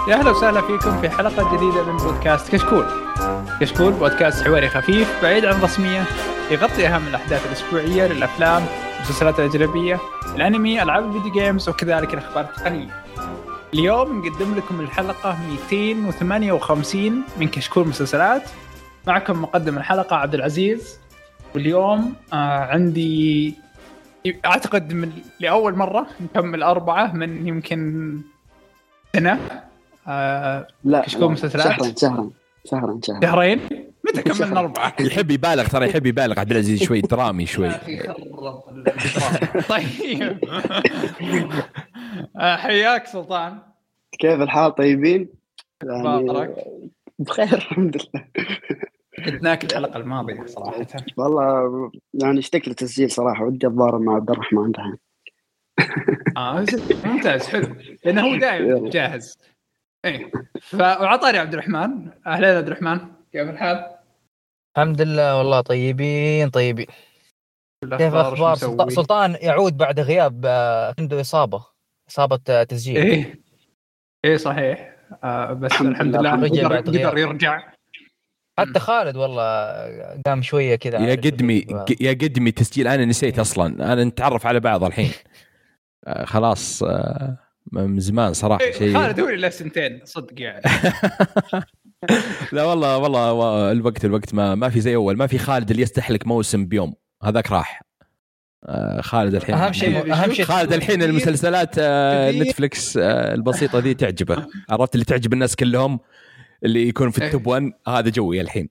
يا أهلا وسهلا فيكم في حلقة جديدة من بودكاست كشكول. كشكول بودكاست حواري خفيف بعيد عن الرسمية، يغطي أهم الأحداث الأسبوعية للأفلام، المسلسلات الأجنبية، الأنمي، ألعاب الفيديو جيمز، وكذلك الأخبار التقنية. اليوم نقدم لكم الحلقة 258 من كشكول مسلسلات. معكم مقدم الحلقة عبد العزيز، واليوم عندي أعتقد لأول مرة نكمل 4 من يمكن سنة. لا كشكول مسلسلات شهرين. متى كملنا 4؟ يحب يبالغ، ترى يحب يبالغ عبد العزيز شوي، درامي شوي. طيب. حياك سلطان، كيف الحال؟ طيبين بارك بخير الحمد لله. قدناك الحلقة الماضية صراحة، والله يعني اشتقت للتسجيل صراحة، ودي أتضارب مع عبد الرحمن ده. ممتاز، حلو، لأنه هو دائما جاهز. ايه، فأعطاني عبد الرحمن. أهلا عبد الرحمن، كيف الحال؟ الحمد لله والله طيبين. كيف أخبار سلطان؟ يعود بعد غياب، عنده إصابة تسجيل. إيه صحيح. بس الحمد لله قدر يرجع. حتى خالد والله قام شوية كذا. يا قدمي تسجيل، أنا نسيت أصلا، أنا نتعرف على بعض الحين. خلاص، من زمان صراحة. شيء خالد هو اللي 2 صدق يعني. لا والله الوقت ما في زي أول، ما في خالد اللي يستحلك موسم بيوم، هذاك راح. خالد الحين أهم شيء خالد الحين المسلسلات نتفليكس البسيطة ذي تعجبه، عرفت اللي تعجب الناس كلهم، اللي يكون في التوب 1 هذا جوي الحين.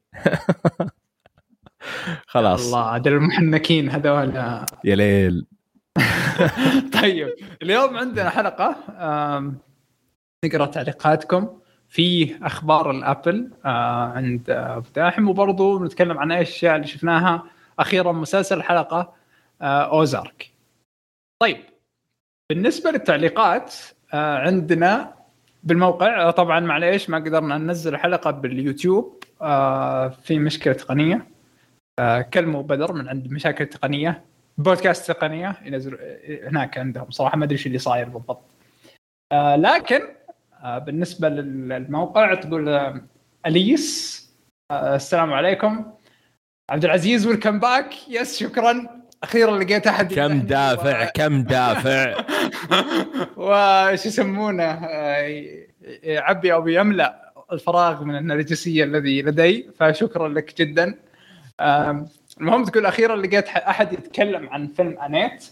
خلاص الله، هذول المحنكين هذول يا ليل. طيب اليوم عندنا حلقة نقرأ تعليقاتكم في أخبار الأبل عند فتاحم، وبرضو نتكلم عن أي الأشياء اللي شفناها أخيرا مسلسل الحلقة أوزارك. طيب بالنسبة للتعليقات عندنا بالموقع، طبعا معليش ما قدرنا ننزل الحلقة باليوتيوب، في مشكلة تقنية. كلموا بدر من عند مشاكل تقنية، بودكاست تقنية ينزل هناك عندهم، صراحة ما أدري شو اللي صاير بالضبط. لكن بالنسبة للموقع تقول أليس السلام عليكم عبد العزيز، ويلكم باك. يس شكرا، أخيرا لقيت أحد. كم دافع وش يسمونه، يعبي أو يملأ الفراغ من النرجسية الذي لدي، فشكرا لك جدا. المهم تقول أخيرا لقيت أحد يتكلم عن فيلم أنيت،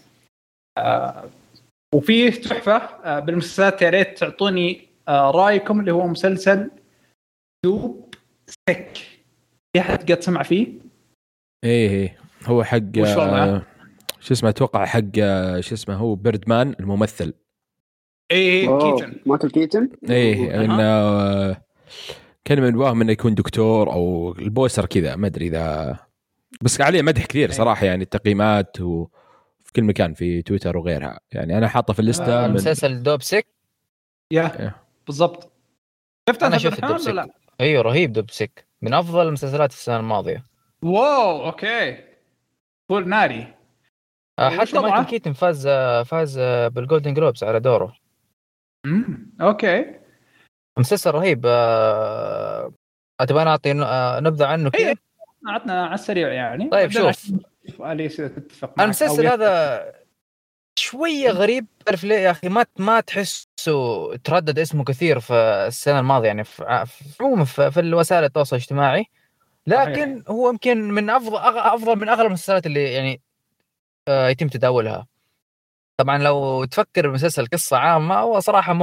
وفيه تحفة بالمسلسلات، يا ريت تعطوني رأيكم، اللي هو مسلسل دوب سك. في أحد قد سمع فيه؟ إيه هو حق شو اسمه، أتوقع حق شو اسمه، هو بيردمان الممثل. إيه كيتن، مايكل كيتن. إيه إنه كان من واهم إنه يكون دكتور أو البوستر كذا، ما أدري إذا، بس عليه مدح كثير صراحة، يعني التقييمات وفي كل مكان في تويتر وغيرها، يعني أنا حاطه في الليستة. مسلسل دوب سيك بالضبط. أنا شفت دوب سيك. أيوه رهيب، دوب سيك من أفضل المسلسلات السنة الماضية. واو أوكي، فول ناري. حتى مايكل كيتن فاز بالجولدن جلوبز على دوره. أوكي، مسلسل رهيب. أتبغى نعطي نبذة عنه كيف؟ عطنا على السريع يعني. طيب شوف، المسلسل هذا شوية غريب، تعرف ليه يا أخي؟ ما تحسه تردد اسمه كثير في السنة الماضية، يعني في الوسائل التواصل الاجتماعي، لكن صحيح. هو يمكن من أفضل من أغلب المسلسلات اللي يعني يتم تداولها. طبعا لو تفكر مسلسل قصة عامة، هو صراحة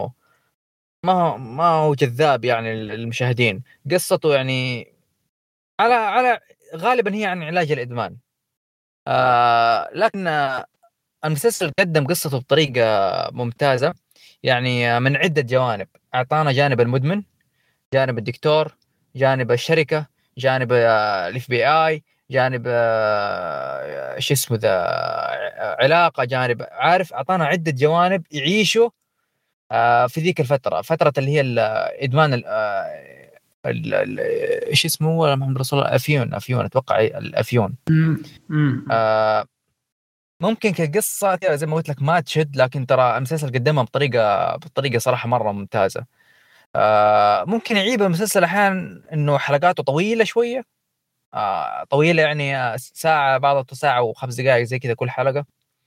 ما هو جذاب يعني للمشاهدين. قصته يعني على غالبا هي عن علاج الإدمان، لكن المسلسل قدم قصته بطريقة ممتازة، يعني من عدة جوانب. أعطانا جانب المدمن، جانب الدكتور، جانب الشركة، جانب FBI، جانب شو اسمه ذا علاقة، جانب عارف، أعطانا عدة جوانب يعيشوا في ذيك فترة اللي هي الإدمان، إيش اسمه محمد رسول الله، أفيون أتوقع الأفيون. ممكن كقصة زي ما قلت لك ما تشد، لكن ترى المسلسل قدمها بطريقة صراحة مرة ممتازة. ممكن يعيب المسلسل احيانا انه حلقاته طويله شويه، طويله يعني ساعه، بعضها ساعه و5 دقائق زي كذا كل حلقه.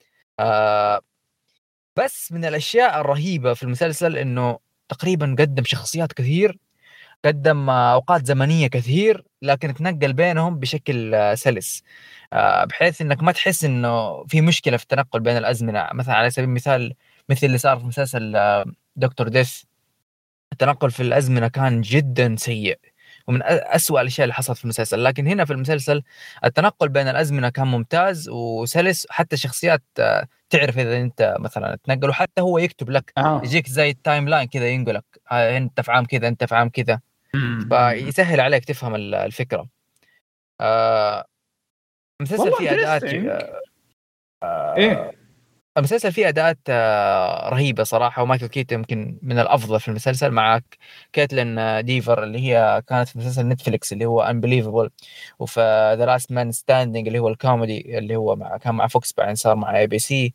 بس من الاشياء الرهيبه في المسلسل انه تقريبا قدم شخصيات كثير، قدم اوقات زمنيه كثير، لكن تنقل بينهم بشكل سلس، بحيث انك ما تحس انه في مشكله في التنقل بين الازمنه. مثلا على سبيل المثال مثل اللي صار في مسلسل دكتور ديث، التنقل في الازمنه كان جدا سيء ومن أسوأ الاشياء اللي حصلت في المسلسل. لكن هنا في المسلسل التنقل بين الازمنه كان ممتاز وسلس، حتى شخصيات تعرف اذا انت مثلا تنقل، وحتى هو يكتب لك يجيك زي التايم لاين كذا، ينقلك انت في عام كذا، انت في عام كذا، فيسهل عليك تفهم الفكره. المسلسل فيه اداءات ايه المسلسل فيه اداءات رهيبه صراحه، ومايكل كيتن يمكن من الافضل في المسلسل، مع كيتلين ديفر اللي هي كانت في مسلسل نتفليكس اللي هو Unbelievable، وفي ذا لاست مان ستاندينج اللي هو الكوميدي اللي هو كان مع فوكس بعدين صار مع ABC.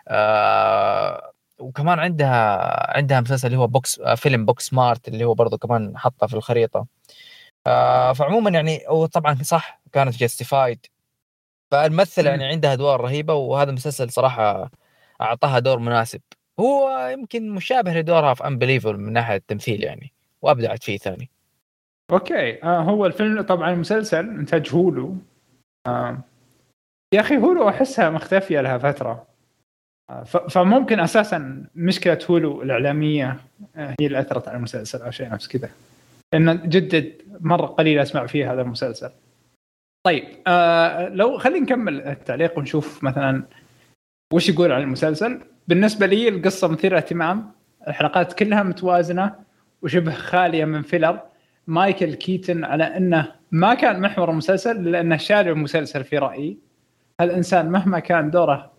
وكمان عندها مسلسل اللي هو فيلم بوكس سمارت اللي هو برضو كمان حطها في الخريطه. فعموما يعني وطبعا صح كانت جاستيفايد، فالممثل يعني عندها ادوار رهيبه، وهذا المسلسل صراحه اعطاها دور مناسب. هو يمكن مشابه لدورها في Unbelievable من ناحيه التمثيل يعني، وابدعت فيه ثاني. اوكي. هو الفيلم طبعا المسلسل انتاج هولو. يا اخي هولو احسها مختفيه لها فتره، فممكن اساسا مشكله هولو الاعلاميه هي اللي اثرت على المسلسل او شيء نفس كذا، لان جدد مره قليل اسمع فيه هذا المسلسل. طيب لو خلينا نكمل التعليق ونشوف مثلا وش يقول عن المسلسل. بالنسبه لي القصه مثيره اهتمام، الحلقات كلها متوازنه وشبه خاليه من فيلر. مايكل كيتن على انه ما كان محور المسلسل لانه شال المسلسل في رايي. هالانسان مهما كان دوره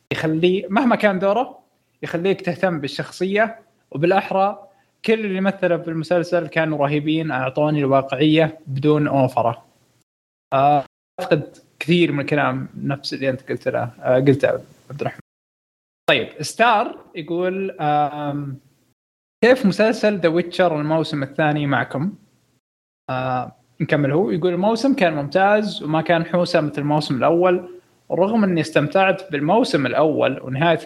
يخليك تهتم بالشخصيه، وبالاحرى كل اللي مثلوا في المسلسل كانوا رهيبين، اعطوني الواقعيه بدون اوفره. اعتقد كثير من الكلام نفس اللي انت قلته عبد الرحمن. طيب ستار يقول كيف مسلسل ذا ويتشر الموسم الثاني معكم؟ نكمل. هو يقول الموسم كان ممتاز وما كان حوسه مثل الموسم الاول، ورغم اني استمتعت بالموسم الاول ونهايه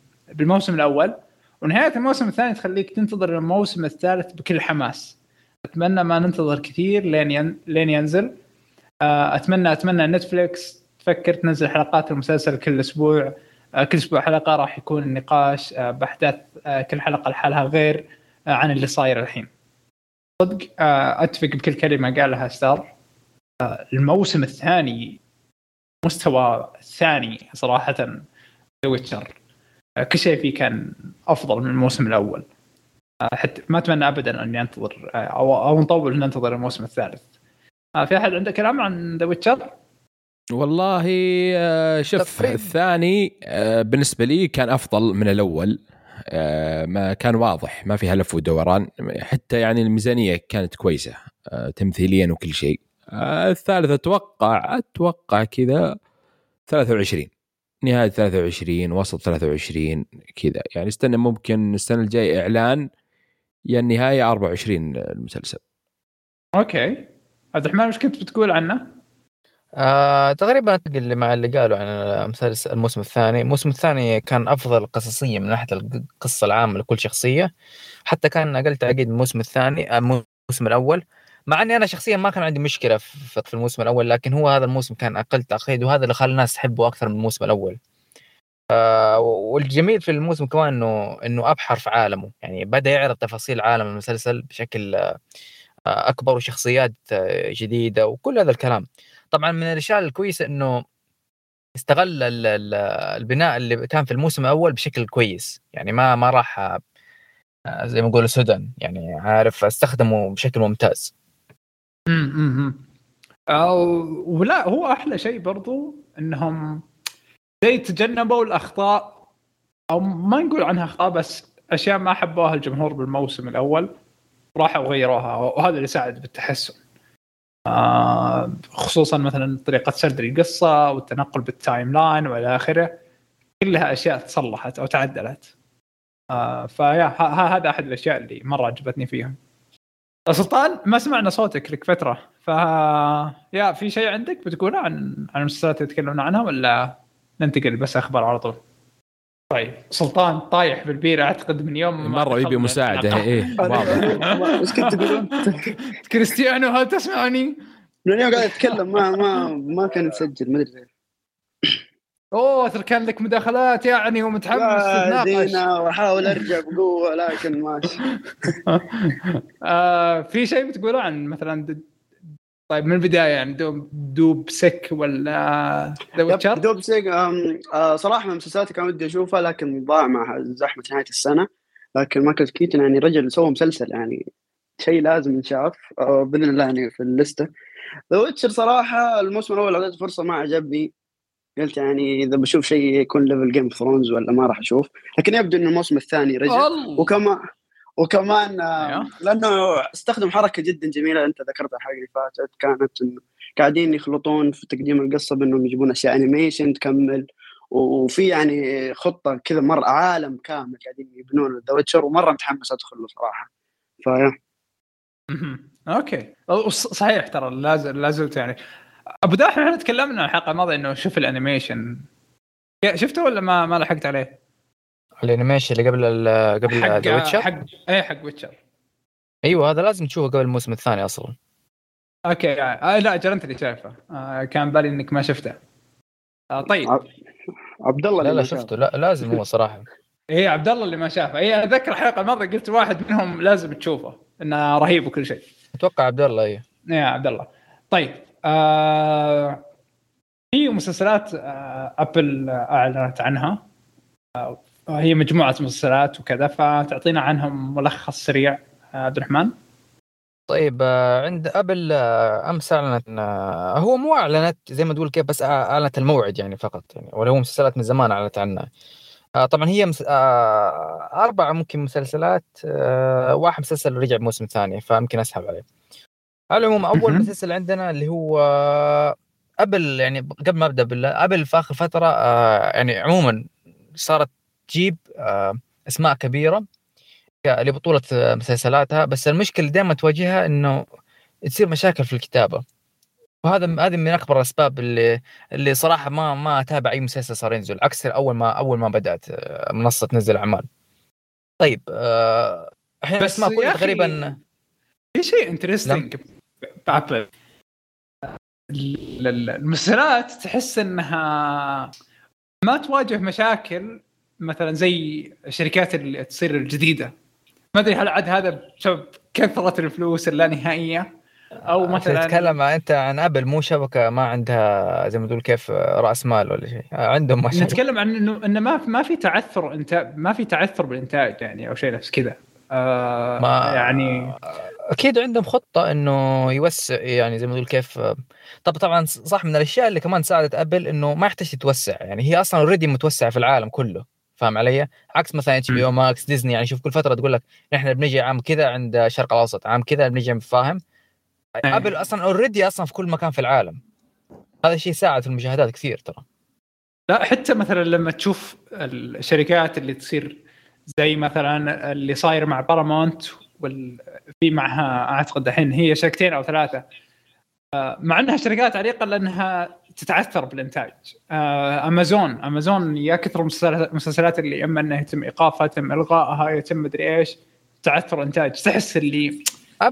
الموسم الثاني تخليك تنتظر الموسم الثالث بكل حماس. اتمنى ما ننتظر كثير لين ينزل. اتمنى نتفليكس تفكر تنزل حلقات المسلسل كل اسبوع حلقه، راح يكون النقاش باحداث كل حلقه لحالها غير عن اللي صاير الحين. صدق اتفق بكل كلمه قالها ستار. الموسم الثاني مستوى ثاني صراحه. ذا ويتشر كل شيء فيه كان افضل من الموسم الاول. حتى ما اتمنى ابدا اني انتظر او نطول ننتظر الموسم الثالث. في احد عنده كلام عن ذا ويتشر؟ والله شوف الثاني بالنسبه لي كان افضل من الاول. ما كان واضح، ما فيها لف ودوران، حتى يعني الميزانيه كانت كويسه تمثيليا وكل شيء. الثالث اتوقع كذا 23 نهايه 23 وسط 23 كذا يعني. استنى ممكن السنه الجايه اعلان يا النهايه 24 المسلسل. اوكي عبد الرحمن وش كنت بتقول عنه؟ تقريبا أتقل مع اللي قالوا عن مسلسل الموسم الثاني كان أفضل قصصيا من ناحية القصة العامة لكل شخصية، حتى كان أقل تعقيد من الموسم الثاني الموسم الأول، مع أني أنا شخصيا ما كان عندي مشكلة في الموسم الأول، لكن هو هذا الموسم كان أقل تعقيد، وهذا اللي خلى الناس تحبه أكثر من الموسم الأول. والجميل في الموسم كمان إنه أبحر في عالمه، يعني بدأ يعرض تفاصيل عالم المسلسل بشكل أكبر وشخصيات جديدة وكل هذا الكلام. طبعا من الاشياء الكويسه انه استغل البناء اللي كان في الموسم الاول بشكل كويس، يعني ما راح زي ما نقول سودان، يعني عارف استخدمه بشكل ممتاز. ولا هو احلى شيء برضو انهم زي تجنبوا الاخطاء، او ما نقول عنها اخطاء بس اشياء ما حبوها الجمهور بالموسم الاول راحوا غيروها، وهذا اللي ساعد بالتحسن. خصوصا مثلا طريقة سرد القصة والتنقل بالتايم لاين وإلى آخره، كلها أشياء تصلحت أو تعدلت. فيا هذا أحد الأشياء اللي مرة عجبتني فيهم. سلطان ما سمعنا صوتك لك فترة يا في شيء عندك بتقوله عن المسلسلات اللي تكلمنا عنها ولا ننتقل بس أخبار على طول؟ طيب سلطان طايح بالبيرة أعتقد من يوم مرة يبي مساعدة. إيه ايش كنت تقولون؟ كريستيانو هل تسمعني؟ من اليوم قاعد اتكلم ما كان مسجل ما ادري. ترى كان لك مداخلات يعني ومتحمس تتناقش. واحاول ارجع بقوه لكن ماشي. في شيء بتقوله عن مثلا طيب من البدايه يعني دوب سك ولا ذا ويتشر؟ دوب سك صراحه من المسلسلات كان ودي اشوفها لكن ضاع مع زحمه نهايه السنه. لكن مايكل كيتن يعني رجل سوى مسلسل يعني شيء لازم ينشاف باذن الله يعني في الليسته. ذا ويتشر صراحه الموسم الاول اعطيته فرصه ما عجبني. قلت يعني اذا بشوف شيء يكون ليفل جيم ثرونز ولا ما راح اشوف. لكن يبدو ان الموسم الثاني رجع وكمان لانه استخدم حركه جدا جميله انت ذكرتها الحلقه اللي فاتت كانت إنه قاعدين يخلطون في تقديم القصه بانهم يجيبون اشياء انيميشن تكمل وفي يعني خطه كذا مره عالم كامل قاعدين يبنون ذا ويتشر ومره متحمس ادخل له صراحه. اوكي صحيح ترى لازلت يعني ابو داحم احنا تكلمنا الحلقه الماضيه انه شوف الانيميشن شفته ولا ما لحقت عليه؟ الانيميشن اللي قبل ذا ويتشر حق ويتشر. ايوه هذا لازم تشوفه قبل الموسم الثاني اصلا. اوكي لا جرنت اللي شايفه كان بالي انك ما شفته. طيب عبد الله لا شفته لا لازم هو صراحه. عبد الله اللي ما شافه. اذكر الحلقه الماضيه قلت واحد منهم لازم تشوفه انه رهيب وكل شيء. اتوقع عبد الله يا عبد الله. طيب في مسلسلات ابل اعلنت عنها هي مجموعه مسلسلات وكذا فتعطينا عنهم ملخص سريع عبد الرحمن. طيب عند ابل امس اعلنت هو مو اعلنت زي ما تقول كيف بس اعلنت الموعد يعني فقط يعني ولا هو مسلسلات من زمان اعلنت عنها. طبعا هي 4 ممكن مسلسلات واحد مسلسل رجع موسم ثاني فممكن اسحب عليه. على العموم اول مسلسل عندنا اللي هو ابل يعني قبل ما ابدا ابل في اخر فتره يعني عموما صارت تجيب اسماء كبيره لبطوله مسلسلاتها بس المشكله دائما تواجهها انه تصير مشاكل في الكتابه. وهذا من اكبر الاسباب اللي صراحه ما اتابع اي مسلسل صار ينزل عكس اول ما بدات منصه تنزل اعمال. طيب الحين اسماء كلها تقريبا في شيء انترستينج بابل المسلسلات تحس انها ما تواجه مشاكل مثلا زي الشركات اللي تصير الجديده. ما ادري هل عاد هذا بسبب كثره الفلوس اللانهائيه او مثلا تتكلم انت عن ابل مو شبكه ما عندها زي ما تقول كيف راس مال ولا شيء عندهم مشاكل. نتكلم عن انه ما في تعثر انتاج ما في تعثر بالانتاج يعني او شيء نفس كذا يعني اكيد عندهم خطه انه يوسع يعني زي ما تقول كيف. طبعا صح من الاشياء اللي كمان ساعدت ابل انه ما يحتاج تتوسع يعني هي اصلا اوريدي متوسعه في العالم كله فاهم علي عكس مثلا HBO ماكس ديزني يعني شوف كل فتره تقول لك احنا بنجي عام كذا عند الشرق الاوسط عام كذا بنجي فاهم. ابل اصلا اوريدي اصلا في كل مكان في العالم. هذا الشيء ساعد في المشاهدات كثير ترى. لا حتى مثلا لما تشوف الشركات اللي تصير زي مثلا اللي صاير مع بارامونت في معها اعتقد الحين هي شركتين او 3 مع انها شركات عريقه لانها تتعثر بالانتاج. امازون يا كثر المسلسلات اللي اما انها يتم ايقافها يتم الغائها يتم مدري ايش تعثر انتاج تحس اللي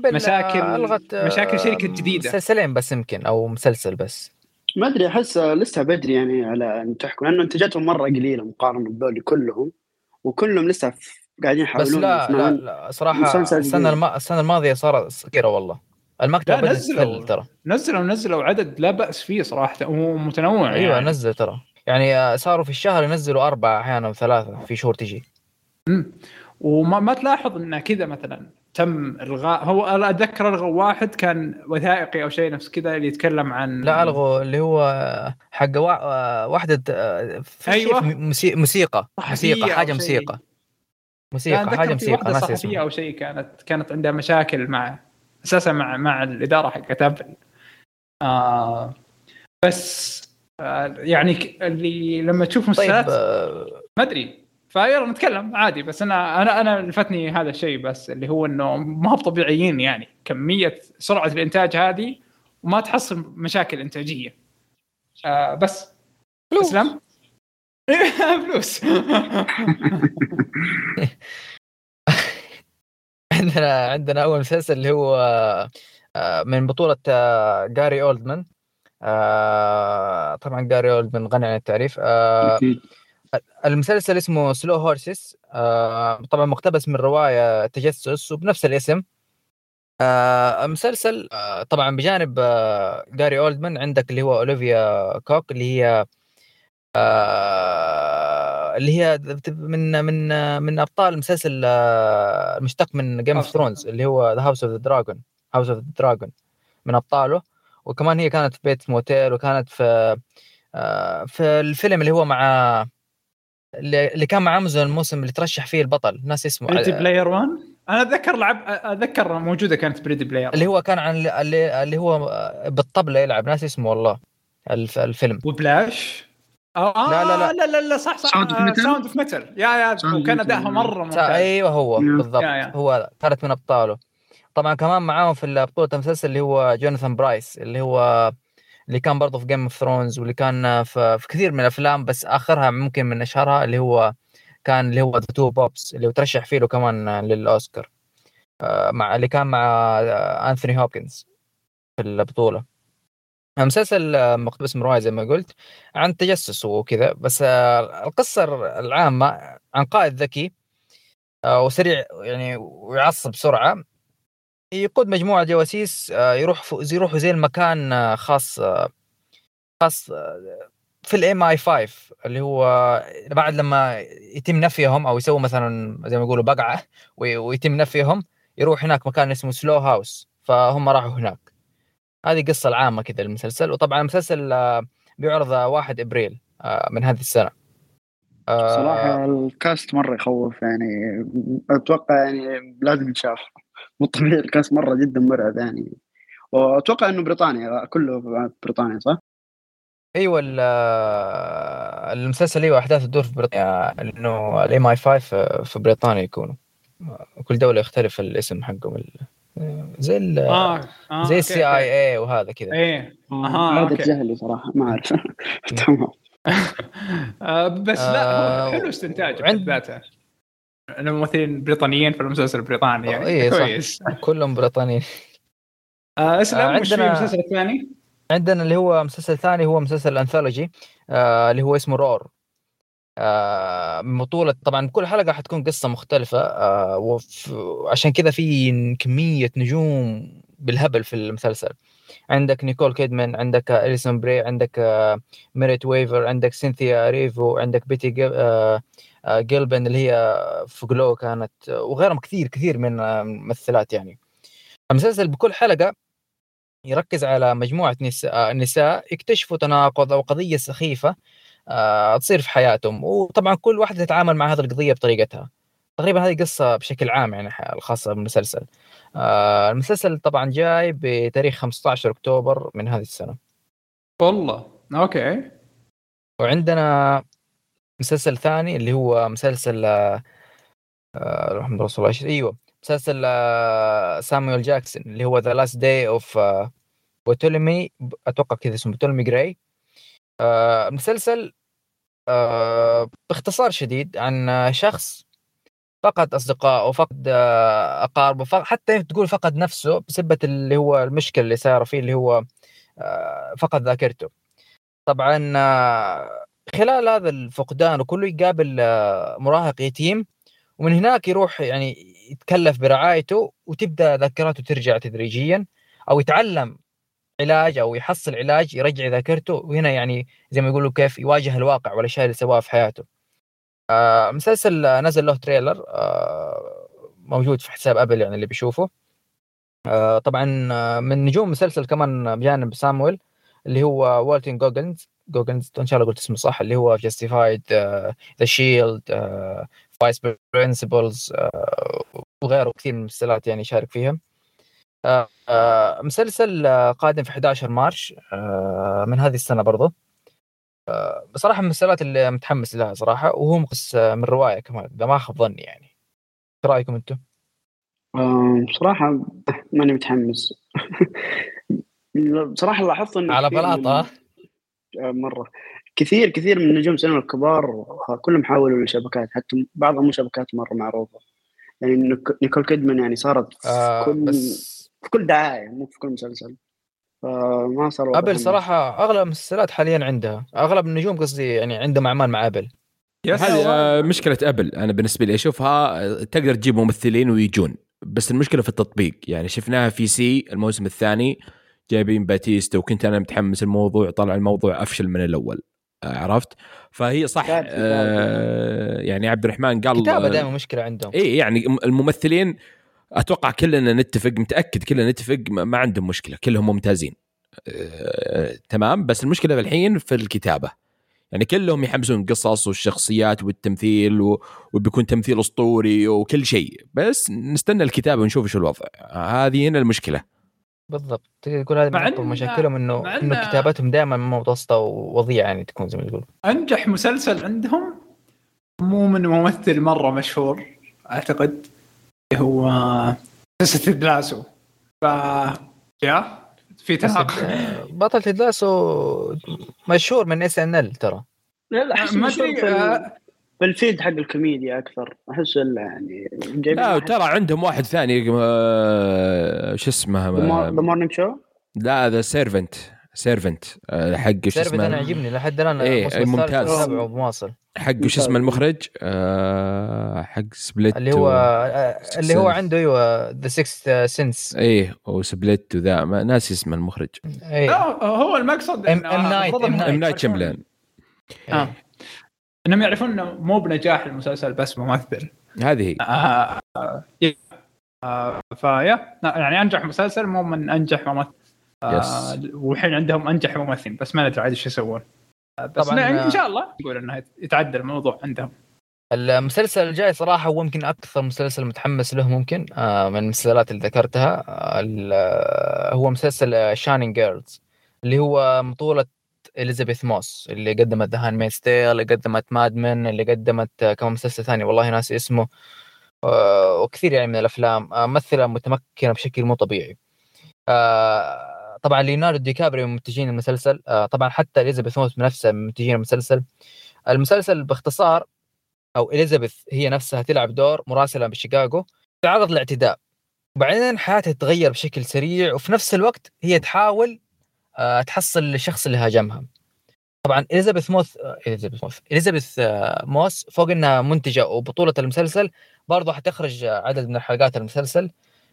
مشاكل شركه جديده مسلسلين بس يمكن او مسلسل بس ما ادري احس لسه بدري يعني على ان تحكم لانه انتاجاتهم مره قليله مقارنه بذول كلهم وكلهم لسه قاعدين يحاولون. بس لا صراحه السنه الماضيه صارت صغيره والله. المكتب ترى نزلوا عدد لا بأس فيه صراحه ومتنوع. ايوه يعني. نزل ترى يعني صاروا في الشهر ينزلوا 4 احيانا و3 في شهور تجي. وما تلاحظ ان كذا مثلا تم الغاء. هو اتذكر الغوا واحد كان وثائقي او شيء نفس كذا اللي يتكلم عن لا الغوا اللي هو حق واحده أيوة. موسيقى حاجه موسيقى حاجه موسيقى صحفيه او شيء كانت عندها مشاكل مع اساسا مع الاداره حقت ابل. بس يعني اللي لما تشوف مسلسلات ما ادري فيلا نتكلم عادي. بس انا لفتني هذا الشيء، بس اللي هو انه ما هو طبيعيين يعني كميه سرعه الانتاج هذه، وما تحصل مشاكل انتاجيه. بس فلوس. اسلم. فلوس. عندنا اول مسلسل اللي هو من بطولة جاري أولدمان. طبعا جاري أولدمان غني عن التعريف. أكيد. المسلسل اسمه سلو هورسز. طبعا مقتبس من رواية تجسس وبنفس الاسم. مسلسل طبعا بجانب جاري أولدمان عندك اللي هو أوليفيا كوك، اللي هي من ابطال المسلسل المشتق من جيم اوف ثرونز اللي هو ذا هاوس اوف ذا دراجون من ابطاله. وكمان هي كانت في بيت موتيل، وكانت في الفيلم اللي هو مع اللي كان مع امازون الموسم اللي ترشح فيه البطل، ناس اسمه بريدي بلاير 1. انا اتذكر موجوده كانت بريدي بلاير اللي هو كان عن اللي هو بالطبلة يلعب، ناس اسمه والله الفيلم. وبلاش. لا صح ساوند اوف ميتال. يا وكان اداءها مره ممتاز. ايوه هو بالضبط. يا. هو كانت من ابطاله. طبعا كمان معاهم في بطولة المسلسل اللي هو جوناثان برايس، اللي كان برضه في جيم اوف ثرونز، واللي كان في كثير من الافلام، بس اخرها ممكن من اشهرها اللي هو ذا تو بوبس اللي هو ترشح فيه له كمان للاوسكار، اللي كان مع أنثوني هوبكنز في البطولة. مسلسل مقتبس من رواية زي ما قلت عن تجسس وكذا، بس القصة العامة عن قائد ذكي وسريع يعني ويعصب بسرعة، يقود مجموعة جواسيس يروحوا زي المكان خاص في الام اي 5 اللي هو بعد لما يتم نفيهم او يسووا مثلا زي ما يقولوا بقعة ويتم نفيهم، يروح هناك مكان اسمه سلو هاوس، فهم راحوا هناك. هذه قصة العامة كذا المسلسل. وطبعا المسلسل بيعرض 1 ابريل من هذه السنة. صراحة الكاست مرة يخوف يعني، أتوقع يعني لازم ينشاف. مو طبيعي الكاست مرة جدا مرعب يعني. وأتوقع إنه بريطانيا، كله بريطانيا صح؟ ايوه المسلسل ايوه احداث تدور في بريطانيا، لانه الام اي 5 في بريطانيا يكونوا. كل دولة يختلف الاسم حقهم زي زي السي اي اي وهذا كذا. هذا جهلي صراحة ما أعرف. تمام. بس لا هو حلو استنتاج بحد ذاته. أنا ممثلين بريطانيين في المسلسل البريطاني يعني كويس. كلهم بريطانيين. اسلام وش في المسلسل الثاني؟ عندنا اللي هو مسلسل ثاني، هو مسلسل أنثولوجي اللي هو اسمه رور. من بطولة طبعا كل حلقة حتكون قصة مختلفة، وعشان كذا في كمية نجوم بالهبل في المسلسل. عندك نيكول كيدمان، عندك إليسون بري، عندك ميريت ويفر، عندك سينثيا ريفو، عندك بيتي جيلبن اللي هي في جلو كانت، وغيرهم كثير من الممثلات يعني. المسلسل بكل حلقة يركز على مجموعة نساء يكتشفوا تناقض أو قضية سخيفة تصير في حياتهم، وطبعا كل واحدة تتعامل مع هذه القضية بطريقتها. تقريبا هذه قصة بشكل عام يعني الخاصة بالمسلسل. المسلسل طبعا جاي بتاريخ 15 أكتوبر من هذه السنة. والله أوكي. وعندنا مسلسل ثاني اللي هو مسلسل الحمد لله ايوه مسلسل سامويل جاكسون اللي هو The Last Day of بوتولمي، أتوقع كذا اسمه بوتولمي جراي. مسلسل باختصار شديد عن شخص فقد أصدقائه وفقد أقاربه، حتى تقول فقد نفسه بسبب اللي هو المشكلة اللي صار فيه اللي هو فقد ذاكرته. طبعا خلال هذا الفقدان وكله يقابل مراهق يتيم، ومن هناك يروح يعني يتكلف برعايته، وتبدأ ذاكرته ترجع تدريجيا، أو يتعلم علاج أو يحصل علاج يرجع ذاكرته، وهنا يعني زي ما يقولوا كيف يواجه الواقع والأشياء اللي سواها في حياته. مسلسل نزل له تريلر موجود في حساب أبل يعني اللي بيشوفه. طبعا من نجوم مسلسل كمان بجانب سامويل اللي هو والتين جوجنز إن شاء الله قلت اسمه صح، اللي هو Justified, The Shield, Vice Principals وغيره كثير من المسلسلات يعني يشارك فيها. مسلسل قادم في 11 مارس من هذه السنة برضو. بصراحه من المسلسلات اللي متحمس لها صراحه، وهو مقص من روايه كمان اذا ما خاب ظني يعني. ايش رايكم انتم؟ بصراحة ماني متحمس. بصراحة لاحظت إنه على كثير بلاطه. من مرة كثير من نجوم السينما الكبار كلهم حولوا لشبكات، حتى بعضهم مو شبكات مرة معروفة. يعني نيكول كيدمان يعني صارت في كل دعاية، مو في كل مسلسل، فما صار وضع ابل حماس. صراحه اغلب المسلسلات حاليا عندها، اغلب النجوم قصدي يعني عندهم اعمال مع ابل. هذه مشكلة أبل. أنا بالنسبة لي أشوفها تقدر تجيب ممثلين ويجون، بس المشكلة في التطبيق. يعني شفناها في سي الموسم الثاني جايبين باتيستا، وكنت أنا متحمس الموضوع، طلع الموضوع أفشل من الأول. عرفت؟ فهي صح. يعني عبد الرحمن قال كتابة دائما مشكلة عندهم. إيه يعني الممثلين أتوقع كلنا نتفق، متأكد كلنا نتفق ما عندهم مشكلة، كلهم ممتازين. تمام. بس المشكلة بالحين في الكتابة. يعني كلهم يحمسون القصص والشخصيات والتمثيل وبيكون تمثيل أسطوري وكل شيء، بس نستنى الكتابة ونشوف شو الوضع. هذه هنا المشكلة بالضبط. تقول هذه من أكبر مشاكلهم إنه كتاباتهم دائما متوسطة ووضيعة، يعني تكون زي ما تقول. أنجح مسلسل عندهم مو من ممثل مرة مشهور أعتقد، هو تيد لاسو. يا في تناقض. بطل تيد لاسو مشهور من SNL ترى. لا أحس مشهور في الفيلد حق الكوميديا أكثر. أحس يعني لا ترى عندهم واحد ثاني شو اسمه The Morning Show. لا ذا سيرفنت حق شو اسمه. أنا عجبني لحد الآن. إيه ممتاز. تابعه بمواصل. حق شو اسمه المخرج حق سبليت اللي هو عنده ايوه ذا 6 سنس. ايه وسبليت وذا ما ناسي اسم المخرج. لا هو المقصد ام نايت شامبلان. انهم يعرفون انه مو بنجاح المسلسل بس ممثل. هذه فيا يعني انجح مسلسل مو من انجح ممثل. والحين عندهم انجح ممثل بس ما ندري عاد ايش يسوون. بس طبعا ان شاء الله نقول انه يتعدل الموضوع عندهم. المسلسل الجاي صراحة هو ممكن أكثر مسلسل متحمس له ممكن من المسلسلات اللي ذكرتها. هو مسلسل شاينينج جيرلز اللي هو بطولة إليزابيث موس، اللي قدمت ذا هاندميدز تيل، اللي قدمت ماد من، اللي قدمت كمان مسلسل ثاني والله ناسي اسمه، وكثير يعني من الأفلام. ممثلة متمكنة بشكل مو طبيعي. طبعا ليوناردو دي كابريو منتجين المسلسل. طبعا حتى إليزابيث موس بنفسها منتجين المسلسل باختصار. أو إليزابيث هي نفسها تلعب دور مراسلة بشيكاغو تعرض لاعتداء، وبعدين حياتها تتغير بشكل سريع، وفي نفس الوقت هي تحاول تحصل الشخص اللي هاجمها. طبعا إليزابيث موس فوق إنها منتجة وبطولة المسلسل برضو حتخرج عدد من الحلقات المسلسل.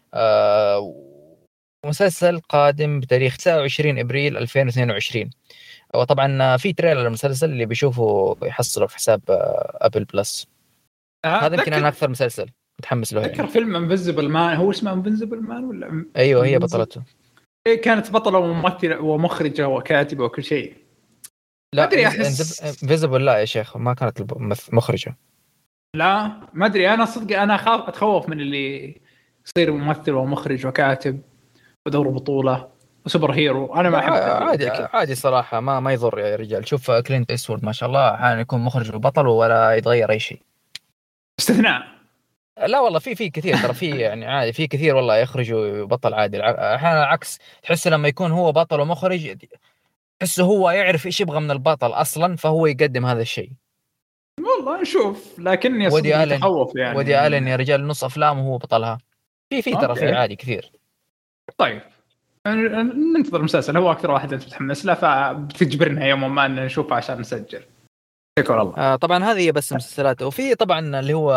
مسلسل قادم بتاريخ 29 إبريل 2022. وطبعا في تريلر المسلسل اللي بيشوفه يحصله في حساب أبل بلس. هذا يمكن أنا أكثر مسلسل متحمس له. أذكر فيلم انفيزبل مان، هو اسمه انفيزبل مان ولا؟ أيوه هي بطلته. إيه كانت بطلة وممثلة ومخرجة وكاتبة وكل شيء. لا انفيزبل لا يا شيخ ما كانت مخرجة. لا ما أدري أنا صدق أنا خاف أتخوف من اللي يصير ممثل ومخرج وكاتب ودور بطولة وسوبر هيرو. أنا ما أحب. عادي صراحة ما يضر يا رجال. شوف كلينت إيستوود ما شاء الله أحيانا يكون مخرج وبطل ولا يتغير أي شيء. استثناء. لا والله في كثير ترى في يعني عادي في كثير والله يخرج ويبطل عادي. أحيانا العكس تحس لما يكون هو بطل ومخرج تحسه هو يعرف إيش يبغى من البطل أصلا فهو يقدم هذا الشيء. والله نشوف لكني صدق متخوف يعني. ودي آلن يا رجال نص أفلامه هو بطلها. في ترى في عادي كثير. طيب ننتظر المسلسل. هو أكثر واحد متحمس له فبتجبرنا يوم ما نشوفه عشان نسجل. شكرا الله. طبعا هذه بس مسلسلات. وفي طبعا اللي هو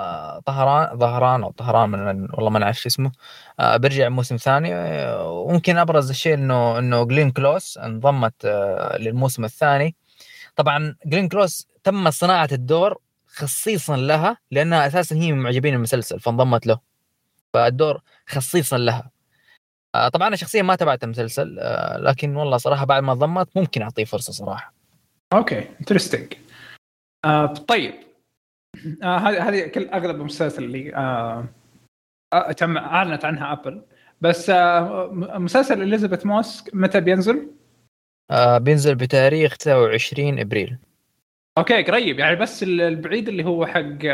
طهران والله ما نعرف اسمه. برجع موسم ثاني. وممكن أبرز الشيء إنه جلين كلوس انضمت للموسم الثاني. طبعا جلين كلوس تم صناعة الدور خصيصا لها لأنها أساسا هي من معجبين المسلسل فانضمت له، فالدور خصيصا لها. طبعا أنا شخصيا ما تابعت المسلسل لكن والله صراحة بعد ما انضمت ممكن أعطيه فرصة صراحة. اوكي انترستينج. طيب هذه كل اغلب المسلسل اللي تم اعلنت عنها ابل. بس مسلسل إليزابيث موس متى بينزل؟ بينزل بتاريخ 29 ابريل. اوكي قريب يعني، بس البعيد اللي هو حق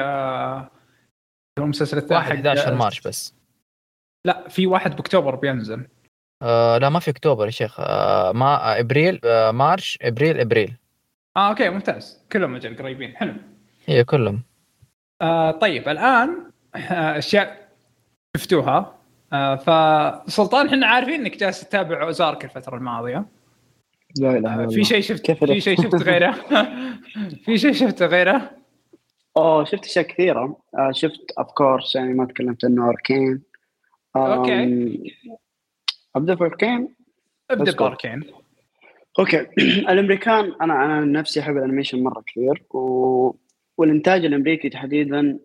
المسلسل الثاني 11 مارش بس. لا في 1 باكتوبر بينزل. لا ما في اكتوبر يا شيخ. ما ابريل، مارش ابريل. اوكي ممتاز، كلهم مجال قريبين. حلو. هي كلهم. طيب الان اشياء شفتوها. فسلطان احنا عارفين انك جالس تتابع اوزارك الفتره الماضيه. لا لا في شيء شفت في شيء شفت غيره؟ في شيء شفت غيره؟ شفت اشياء كثيره. شفت اوف كورس يعني ما تكلمت انه اركين. اوكي ابدا في اركين. ابدا باركين. اوكي. الامريكان انا نفسي احب الانيميشن مره كثير والانتاج الامريكي تحديدا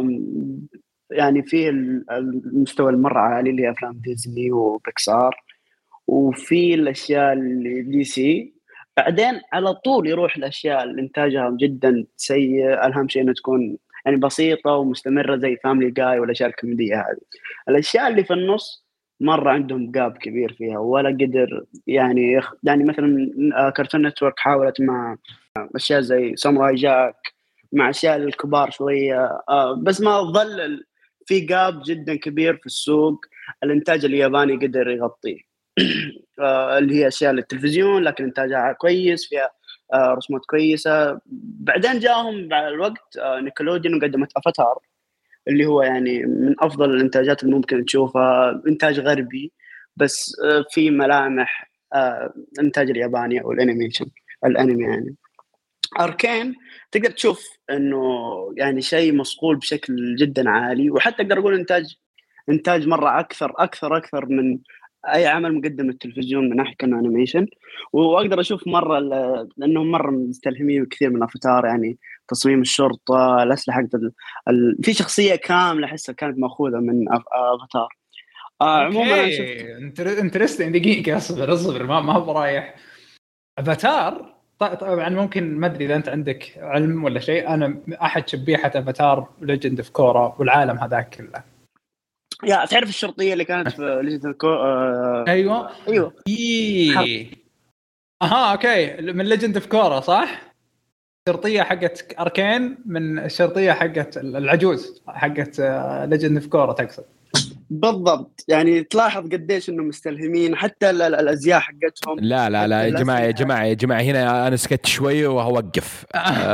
يعني فيه المستوى المره عالي اللي افلام ديزني وبيكسار، وفي الاشياء اللي دي سي. بعدين على طول يروح الاشياء اللي انتاجها جدا سيء، اهم شيء انها تكون يعني بسيطه ومستمره زي فاميلي جاي والاشياء الكوميديه هذه. الاشياء اللي في النص مره عندهم جاب كبير فيها، ولا قدر يعني يعني مثلا كارتون نتورك حاولت مع اشياء زي ساموراي جاك، مع اشياء الكبار شويه، بس ما ظل في جاب جدا كبير في السوق. الانتاج الياباني قدر يغطيه. اللي هي اشياء للتلفزيون لكن انتاجها كويس، فيها رسومات كويسه. بعدين جاهم بعد الوقت نيكلوديون وقدمت افاتار، اللي هو يعني من افضل الانتاجات اللي ممكن تشوفها، انتاج غربي بس في ملامح الانتاج الياباني او الانيميشن الانمي يعني. اركين تقدر تشوف انه يعني شيء مصقول بشكل جدا عالي، وحتى اقدر اقول انتاج مره اكثر من اي عمل مقدم التلفزيون من ناحيه انه انيميشن. واقدر اشوف مره لانهم مره مستلهمين كثير من افاتار، يعني تصميم الشرطه، الاسلحه، في شخصيه كامله احسها كانت ماخوذه من افاتار. عموما انا شفت انترستنج. دقيقه اصبر ما هو رايح افاتار. طبعا ممكن ما ادري اذا انت عندك علم ولا شيء، انا احد شبيحه افاتار ليجند اوف كورا والعالم هذاك كله. يا تعرف الشرطيه اللي كانت في ليجند اوف كورا؟ ايوه اوكي من ليجند اوف كورا صح. الشرطيه حقت اركين من الشرطيه حقت العجوز حقت ليجند اوف كورا تقصد؟ بالضبط. يعني تلاحظ قديش انه مستلهمين حتى الازياء حقتهم. لا يا جماعه هنا انا سكت شوي وهوقف.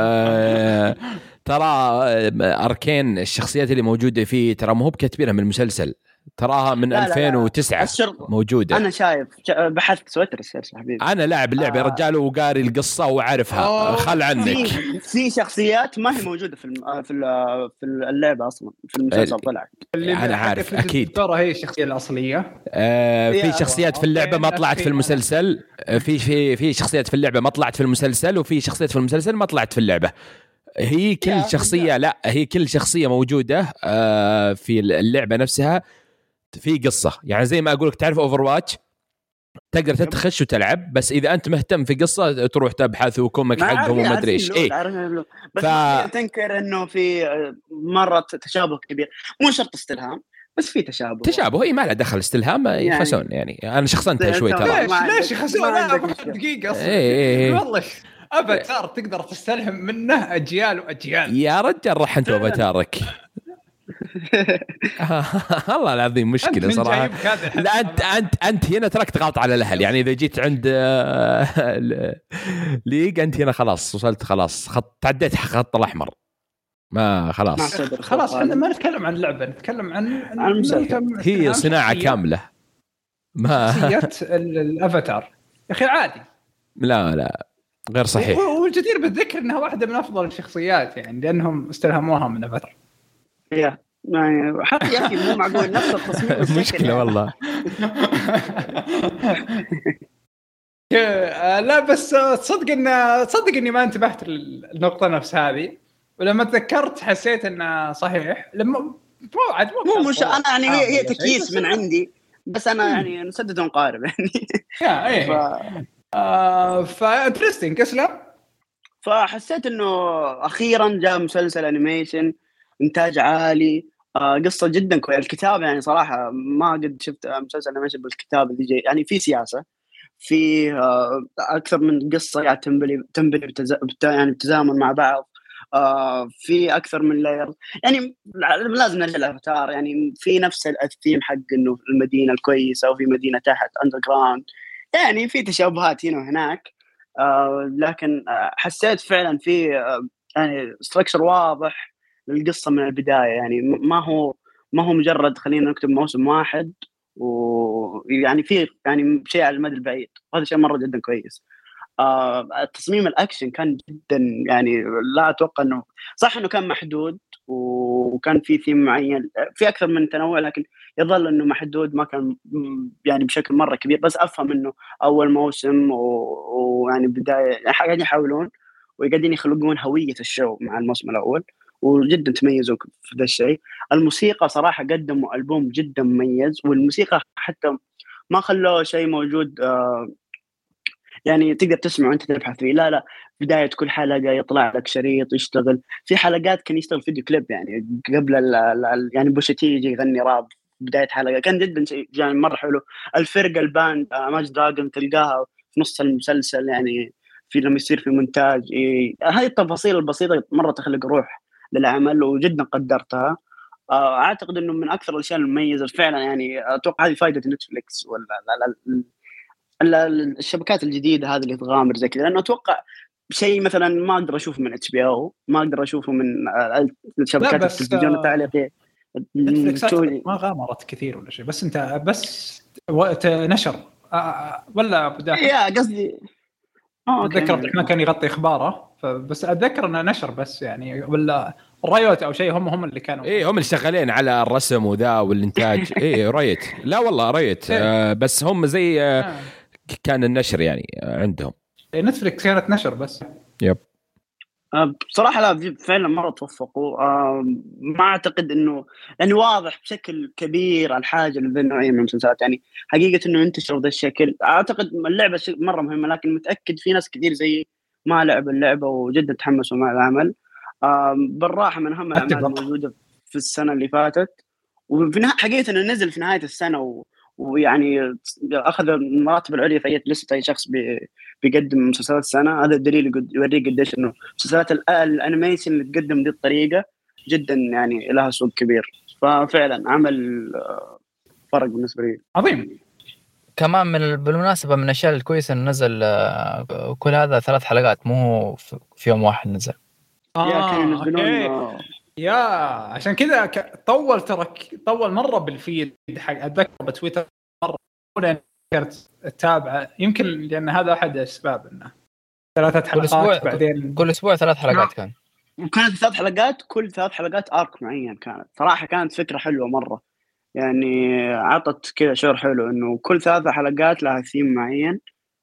ترى اركين الشخصيات اللي موجوده فيه ترى مو بكتبينها من المسلسل، تراها من 2009 موجوده. انا شايف بحثت سويت ريسيرش حبيبي. انا لاعب اللعبه يا رجال وقاري القصه وعارفها. خل عنك. في شخصيات ما هي موجوده في اللعبه اصلا، في المسلسل طلعت. انا عارف اكيد ترى هي الشخصيه الاصليه. في شخصيات في اللعبه ما طلعت في المسلسل. في شخصيات في اللعبه ما طلعت في المسلسل، وفي شخصيات في المسلسل ما طلعت في اللعبه. هي كل شخصيه هي كل شخصيه موجوده في اللعبه نفسها في قصة. يعني زي ما أقولك تعرف أوفرواتش تقدر تتخش وتلعب، بس إذا أنت مهتم في قصة تروح تبحث وكومك حقهم وما أدري إيش. بس تنكر إنه في مرة تشابه كبير، مو شرط استلهام بس في تشابه. هي ما لها دخل استلهام يخسون يعني أنا شخصنتها شوي ترى. ليش يخسون؟ لا دقيقة والله أفاتار تقدر تستلهم منه أجيال وأجيال يا رجال. رح أنت أفاتارك الله العظيم مشكلة صراحة. لا أنت هنا تركت غلط على الأهل. يعني إذا جيت عند ليج أنت هنا خلاص وصلت، خلاص تعديت خط الأحمر. ما خلاص احنا ما نتكلم عن لعبة، نتكلم عن هي صناعة كاملة. ما شخصية الأفاتار يا أخي عادي. لا غير صحيح. والجدير بالذكر أنها واحدة من أفضل الشخصيات يعني لأنهم استلهموها من أفاتار. يعني حتى يا أخي مو معقول نفس التصميم. مشكلة والله. لا بس تصدق إني ما انتبهت للنقطة نفس هذه، ولما تذكرت حسيت إنه صحيح. لما مو مش أنا يعني هي تكييس من عندي، بس أنا يعني نسدد ونقارب يعني. فانترستينج أسلم. فحسيت إنه أخيرا جاء مسلسل أنيميشن إنتاج عالي، قصة جدا كويسة. الكتاب يعني صراحة ما قد شفت مسلسل أنيميشن بالكتاب اللي جاي، يعني في سياسة، في اكثر من قصه قاعد تنبني يعني بتزامن مع بعض. في اكثر من لاير، يعني لازم نرجع الافاتار، يعني في نفس الثيم حق انه المدينه الكويسه وفي مدينه تحت اندر جراوند، يعني في تشابهات هنا وهناك. لكن حسيت فعلا في يعني ستراكشر واضح للقصه من البدايه، يعني ما هو مجرد خلينا نكتب موسم واحد، ويعني في يعني شيء على المدى البعيد، وهذا شيء مره جدا كويس. التصميم الاكشن كان جدا يعني لا اتوقع انه صح انه كان محدود وكان في ثيم معين، في اكثر من تنوع، لكن يظل انه محدود، ما كان يعني بشكل مره كبير. بس افهم انه اول موسم ويعني بدايه يعني قاعدين يحاولون وقاعدين يخلقون هويه الشو مع الموسم الاول، وجدا تميزوا في ذا الشيء. الموسيقى صراحه قدموا البوم جدا مميز، والموسيقى حتى ما خلوه شيء موجود يعني تقدر تسمع وانت تبحث فيه. لا بداية كل حلقة يطلع لك شريط يشتغل، في حلقات كان يشتغل فيديو كليب يعني قبل يعني بوشتي يجي يغني راب بداية حلقة، كان جدا شيء يعني مرة حلو. الفرقة الباند ماج دراجون تلقاها في نص المسلسل، يعني في لما يصير في مونتاج هاي التفاصيل البسيطة مرة تخلق روح للعمل وجدا قدرتها. اعتقد انه من اكثر الاشياء المميزه فعلا، يعني اتوقع هذه فائده نتفليكس ولا الشبكات الجديده هذه اللي تغامر زي كذا، لانه اتوقع شيء مثلا ما اقدر اشوفه من اتش بي او، ما اقدر اشوفه من شبكات التلفزيون التعليقيه. نتفلكس ما غامرت كثير ولا شيء، بس انت بس وقت نشر ولا بدايه يا قصدي اتذكر عبد الرحمن كان يغطي اخباره، فبس اتذكر انه نشر بس يعني، ولا رايوت او شيء هم اللي كانوا هم اللي شغالين على الرسم وذا والانتاج. رايت، لا والله رايت. بس هم زي كان النشر يعني عندهم. نتفلكس كانت نشر بس. يب بصراحة لا فعلا مرة توفقوا. ما أعتقد إنه يعني واضح بشكل كبير الحاجة لذي النوعية من المسلسلات، يعني حقيقة إنه ينتشر ذا الشكل. أعتقد اللعبة مرة مهمة، لكن متأكد في ناس كثير زي ما لعب اللعبة وجدا تحمسوا مع العمل. بالراحة من أهم الأعمال الموجودة في السنة اللي فاتت، وفي حقيقة إنه نزل في نهاية السنة ويعني أخذ المراتب العليا في أي لستة أي شخص بيقدم مسلسلات السنة. هذا الدليل يوريك قديش إنه مسلسلات الأنيميشن اللي تقدم دي الطريقة جدا يعني لها سوق كبير. ففعلا عمل فرق بالنسبة لي عظيم. كمان بالمناسبة من الأشياء الكويسة إنه نزل كل هذا 3 حلقات، مو في يوم واحد نزل. كانوا ينزلون يا عشان كذا طول مرة بالفيد حق أتذكر بتويتر مرة كنت أتابعه، يمكن لأن هذا أحد الأسباب إنه 3 حلقات بعدين كل أسبوع 3 حلقات كان، وكانت 3 حلقات كل 3 حلقات آرك معين. كانت صراحة كانت فكرة حلوة مرة، يعني عطت كذا شعور حلو إنه كل 3 حلقات لها ثيم معين.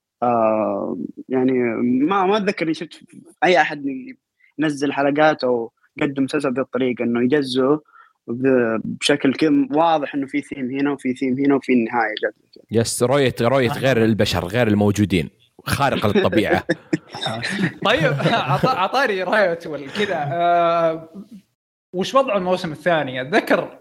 يعني ما أتذكر شفت أي أحد ينزل حلقات أو يقدم مسلسل بالطريقة إنه يجزه بشكل كم واضح إنه في ثيم هنا وفي ثيم هنا وفي النهاية جد. يس رويت غير البشر، غير الموجودين، خارق للطبيعة. طيب عطاري رايوت والكذا وش وضع الموسم الثاني؟ أتذكر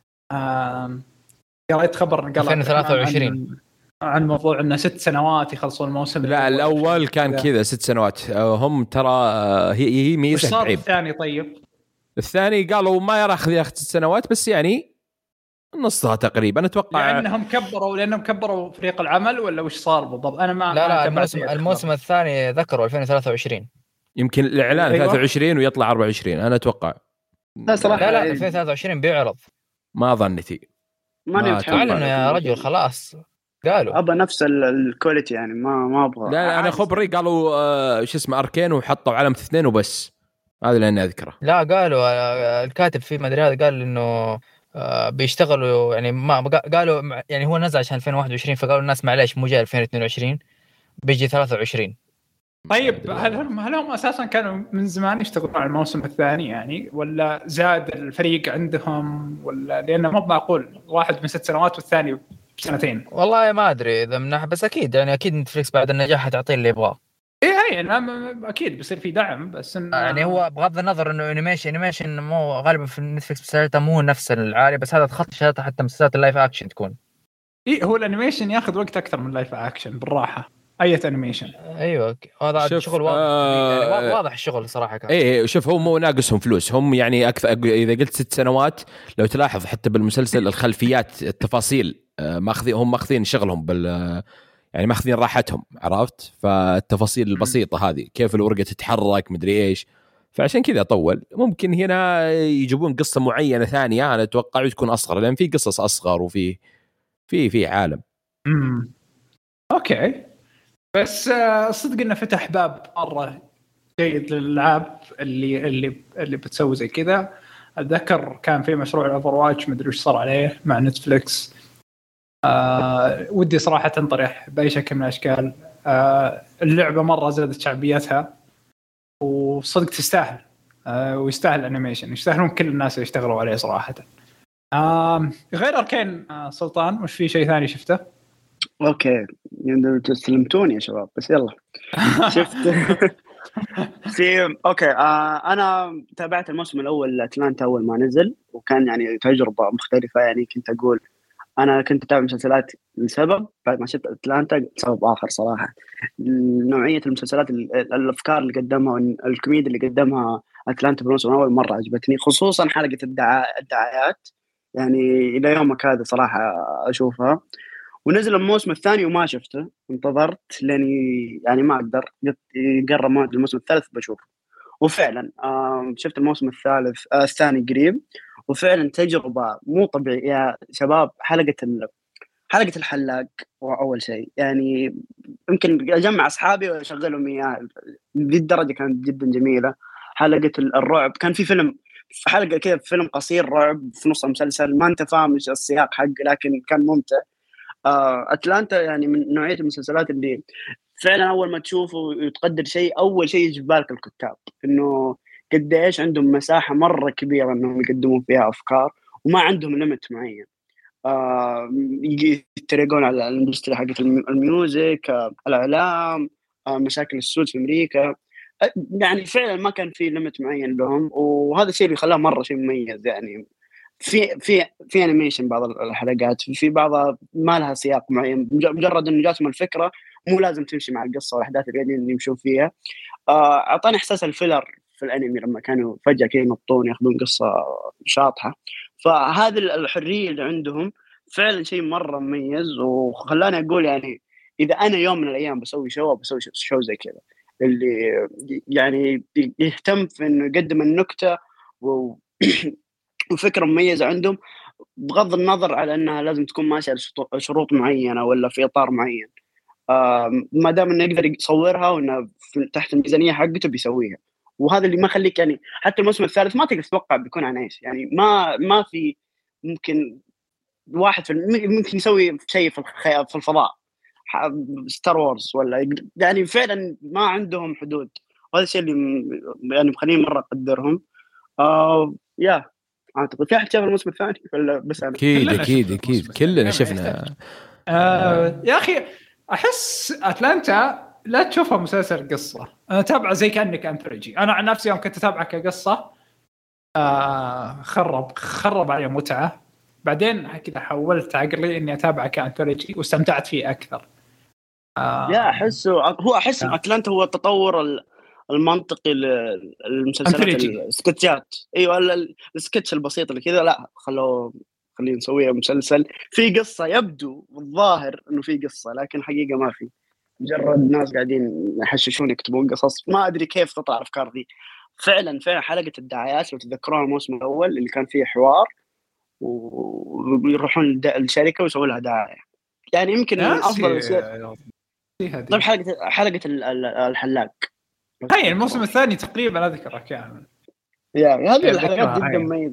قريت خبر قال 2023 عن موضوع انه 6 سنوات يخلصون الموسم. لا الأول كان كذا 6 سنوات. هم ترى هي ميزة تعيب. الثاني طيب الثاني قالوا ما ياخذ 6 سنوات، بس يعني نصها تقريبا اتوقع. يعني انهم لانهم كبروا فريق العمل ولا وش صار بالضبط؟ انا ما لا الموسم الثاني ذكروا 2023 يمكن الاعلان. أيوة. 23 ويطلع 24 انا اتوقع. لا صراحه لا 2023 بيعرض. ما ظنتي ما تعلن يا رجل خلاص قالوا ابى نفس الكواليتي يعني ما ابغى. لا انا خبري قالوا شو اسمه اركين وحطوا علامه 2 وبس، هذا اللي انا اذكره. لا قالوا الكاتب في مدري هذا قال انه بيشتغلوا يعني ما قالوا يعني هو نزل عشان 2021 فقالوا الناس معليش مو جاي 2022 بيجي 23. طيب هل هم اساسا كانوا من زمان يشتغلون على الموسم الثاني يعني، ولا زاد الفريق عندهم، ولا لانه مو معقول واحد من 6 سنوات والثاني بسنتين؟ والله ما ادري اذا من بس اكيد يعني اكيد نتفليكس بعد النجاح هتعطيه اللي يبغاه. ايه انا اكيد بيصير في دعم، بس يعني هو بغض النظر انه انيميشن مو غالبا في نتفليكس مسلسلاتها مو نفس العالي، بس هذا تخطي شهادة حتى مسلسلات اللايف اكشن تكون إيه هو الانيميشن ياخذ وقت اكثر من لايف اكشن بالراحه. اي انيميشن. ايوه هذا شغل واضح يعني واضح الشغل صراحه كان. ايه شوف هو مو ناقصهم فلوس هم يعني اكثر. اذا قلت 6 سنوات لو تلاحظ حتى بالمسلسل الخلفيات التفاصيل ماخذين شغلهم يعني ماخذين راحتهم عرفت. فالتفاصيل البسيطه هذه كيف الورقه تتحرك مدري ايش. فعشان كذا طول. ممكن هنا يجيبون قصه معينه ثانيه انا اتوقع تكون اصغر لان في قصص اصغر وفي في عالم. اوكي بس صدق انه فتح باب مره جيد للالعاب اللي بتسوي زي كذا. اتذكر كان في مشروع الاوفر واتش مدري ايش صار عليه مع نتفليكس. ودي صراحه تنطرح باي شكل من الاشكال. اللعبه مره زادت شعبيتها وصدق تستاهل. ويستاهل الانيميشن يستاهلون كل الناس اللي يشتغلوا عليه صراحه. غير أركين سلطان وش في شيء ثاني شفته؟ اوكي يعني تسلمتوني يا شباب بس يلا. شفت في اوكي انا تابعت الموسم الاول اتلانتا اول ما نزل وكان يعني تجربه مختلفه. يعني انا كنت اتابع مسلسلات لسبب بعد ما شفت اتلانتا سبب اخر صراحه. نوعيه المسلسلات الافكار اللي قدمها والكوميديا اللي قدمها اتلانتا بالموسم الاول مره عجبتني خصوصا حلقه الدعايات. يعني الى يومك هذا صراحه اشوفها. ونزل الموسم الثاني وما شفته انتظرت لاني يعني ما اقدر يقرب موعد الموسم الثالث بشوفه. وفعلا شفت الموسم الثاني قريب وفعلا تجربه مو طبيعيه يا شباب. حلقه الحلاق اول شيء يعني يمكن اجمع اصحابي واشغلهم اياها للدرجه كانت جدا جميله. حلقه الرعب كان في فيلم في حلقه كذا فيلم قصير رعب في نص المسلسل ما انت فاهم ايش السياق حقه لكن كان ممتع. اتلانتا يعني من نوعيه المسلسلات اللي فعلا اول ما تشوفه وتقدر شيء اول شيء يجي في بالك الكتاب انه قد ايش عندهم مساحه مره كبيره انهم يقدمون فيها افكار وما عندهم ليميت معين. يجي يتريقون على الاندستري حقت الميوزك الاعلام مشاكل السود في امريكا. يعني فعلا ما كان في ليميت معين لهم وهذا الشيء اللي خلاه مره شيء مميز. يعني في انيميشن بعض الحلقات في بعضها ما لها سياق معين مجرد انه جاتهم الفكره مو لازم تمشي مع القصه والاحداث اللي قاعدين يمشون فيها. اعطاني احساس الفيلر في الانمي لما كانوا فجاه كذا ينطون ياخذون قصه شاطحه. فهذه الحريه اللي عندهم فعلا شيء مره مميز وخلاني اقول يعني اذا انا يوم من الايام بسوي شو زي كذا اللي يعني يهتم في انه يقدم النكته وفكره مميزه عندهم بغض النظر على انها لازم تكون ماشيه شروط معينه ولا في اطار معين. ما دام انه يقدر يصورها وانه تحت الميزانيه حقته بيسويها. وهذا اللي ما خليك يعني حتى الموسم الثالث ما تقدر تتوقع بيكون عن ايش. يعني ما في ممكن واحد ممكن يسوي شيء في الفضاء ستار وورز ولا يعني فعلا ما عندهم حدود. وهذا الشيء اللي يعني مخليني مره اقدرهم. يا اعتقد في احد شاف الموسم الثاني ولا بس انا؟ اكيد كلنا شفنا. يا اخي احس اتلانتا لا تشوفها مسلسل قصه. انا تابعه زي كانك انثولوجي. انا عن نفسي يوم كنت اتابعه كقصه خرب علي متعه. بعدين كذا حولت عقلي اني اتابعه كانثولوجي واستمتعت فيه اكثر. لا احس اتلانتا هو التطور المنطقي للمسلسلات السكتشات. ايوه السكتش البسيط اللي كذا لا خلينا نسويها مسلسل في قصه يبدو بالظاهر انه في قصه لكن حقيقه ما في. مجرد ناس قاعدين يحششون يكتبون قصص ما ادري كيف تطلع الافكار دي. فعلا حلقه الدعايات لو تتذكرون الموسم الاول اللي كان فيه حوار ويروحون الشركه ويسووا لها دعايه. يعني يمكن من افضل الاشياء. طيب حلقه الحلاق هاي الموسم الثاني تقريبا اذكره كامل. يعني هذه الحلقات جدا مميزه.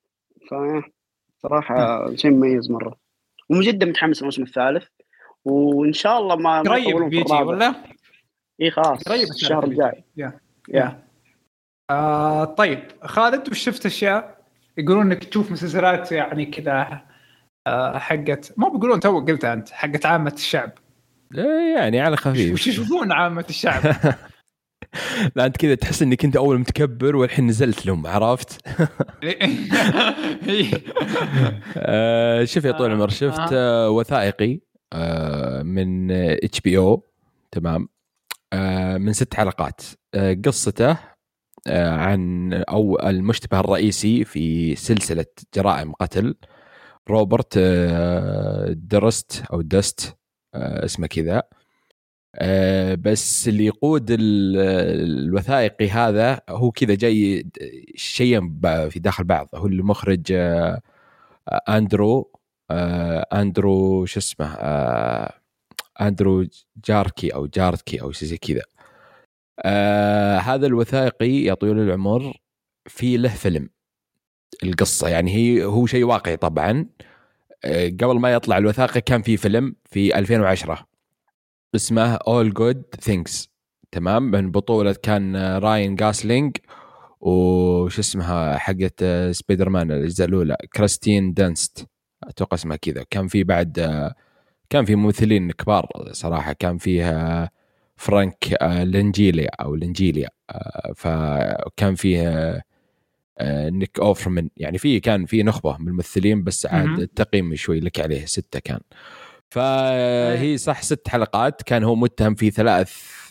صراحه شيء مميز مره وجدا متحمس الموسم الثالث وان شاء الله ما قريب بيجي ولا اي خلاص قريب الشهر الجاي. طيب خالد وش شفت اشياء يقولون انك تشوف مسلسلات يعني كذا حقت ما بيقولون تو قلت انت حقت عامه الشعب يعني على خفيف وش يشوفون عامه الشعب؟ لا انت كذا تحس انك انت اول متكبر والحين نزلت لهم، عرفت؟ شوف يا طول العمر، شفت وثائقي من HBO، تمام، من 6 حلقات. قصته عن أو المشتبه الرئيسي في سلسلة جرائم قتل روبرت درست أو دست، اسمه كذا. بس اللي يقود الوثائقي هذا هو كذا جاي شيئا في داخل بعض. هو المخرج أندرو شو اسمه، أندرو جاركي أو شيء زي كذا. هذا الوثائقي يا طويل العمر في له فيلم القصة، يعني هو شيء واقعي طبعا. قبل ما يطلع الوثائقي كان في فيلم في 2010 اسمه All Good Things، تمام، من بطولة كان راين غاسلينج وش اسمها حقت سبايدر مان الأجزاء الأولى كريستين دانست أتوقع اسمها كذا. كان في بعد كان في ممثلين كبار صراحة، كان فيها فرانك لانجيليا، فكان فيه نيك أوفرمان، يعني كان في نخبة من الممثلين، بس عاد التقييم شوي لك عليه 6 كان. فهي صح 6 حلقات. كان هو متهم في 3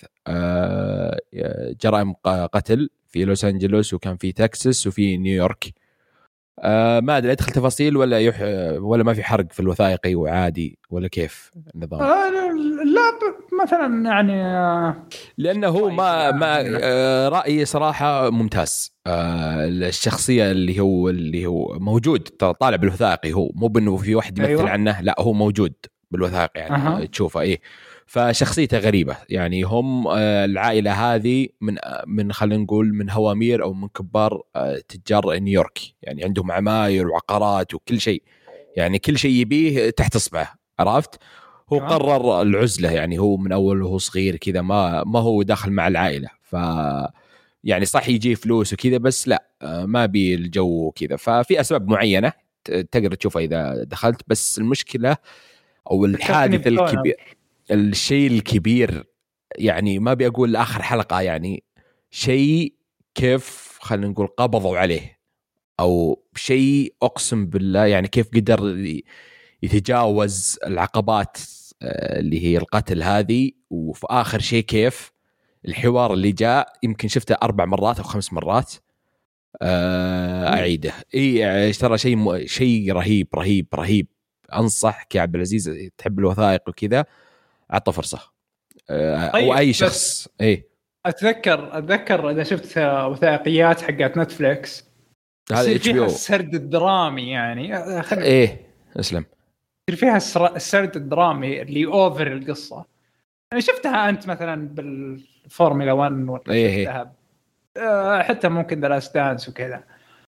جرائم قتل في لوس أنجلوس، وكان في تكساس، وفي نيويورك. ما أدري أدخل تفاصيل ولا ما في حرق في الوثائقي وعادي ولا كيف النظام؟ لا مثلا يعني لأنه هو ما رأيي صراحة ممتاز. الشخصية اللي هو موجود طالع بالوثائقي، هو مو بأنه في واحد يمثل عنه، لا هو موجود بالوثائقي يعني تشوفه إيه. فشخصيته غريبة يعني. هم العائلة هذه من خلينا نقول من هوامير أو من كبار تجار نيويورك، يعني عندهم عماير وعقارات وكل شيء، يعني كل شيء يبيه تحت إصبعه، عرفت؟ هو قرر العزلة، يعني هو من أول وهو صغير كذا ما هو داخل مع العائلة. يعني صح يجي فلوس وكذا، بس لا ما بي الجو كذا. ففي أسباب معينة تقدر تشوفها إذا دخلت. بس المشكلة أو الحادث الكبير، الشيء الكبير يعني ما بيقول آخر حلقة، يعني شيء كيف خلينا نقول قبضوا عليه، أو شيء أقسم بالله يعني كيف قدر يتجاوز العقبات اللي هي القتل هذه. وفي آخر شيء كيف الحوار اللي جاء يمكن شفته 4 مرات أو 5 مرات أعيده. ترى شيء رهيب رهيب رهيب. أنصحك يا عبد العزيز، تحب الوثائق وكذا، عطى فرصة. أو أي شخص. أتذكر إذا شفت وثائقيات حقت نتفليكس، هذا فيها السرد الدرامي يعني أسلم، فيها السرد الدرامي اللي أوفر القصة. يعني شفتها أنت مثلا بالفورمولا 1 ولا حتى ممكن ذا لاست دانس وكذا.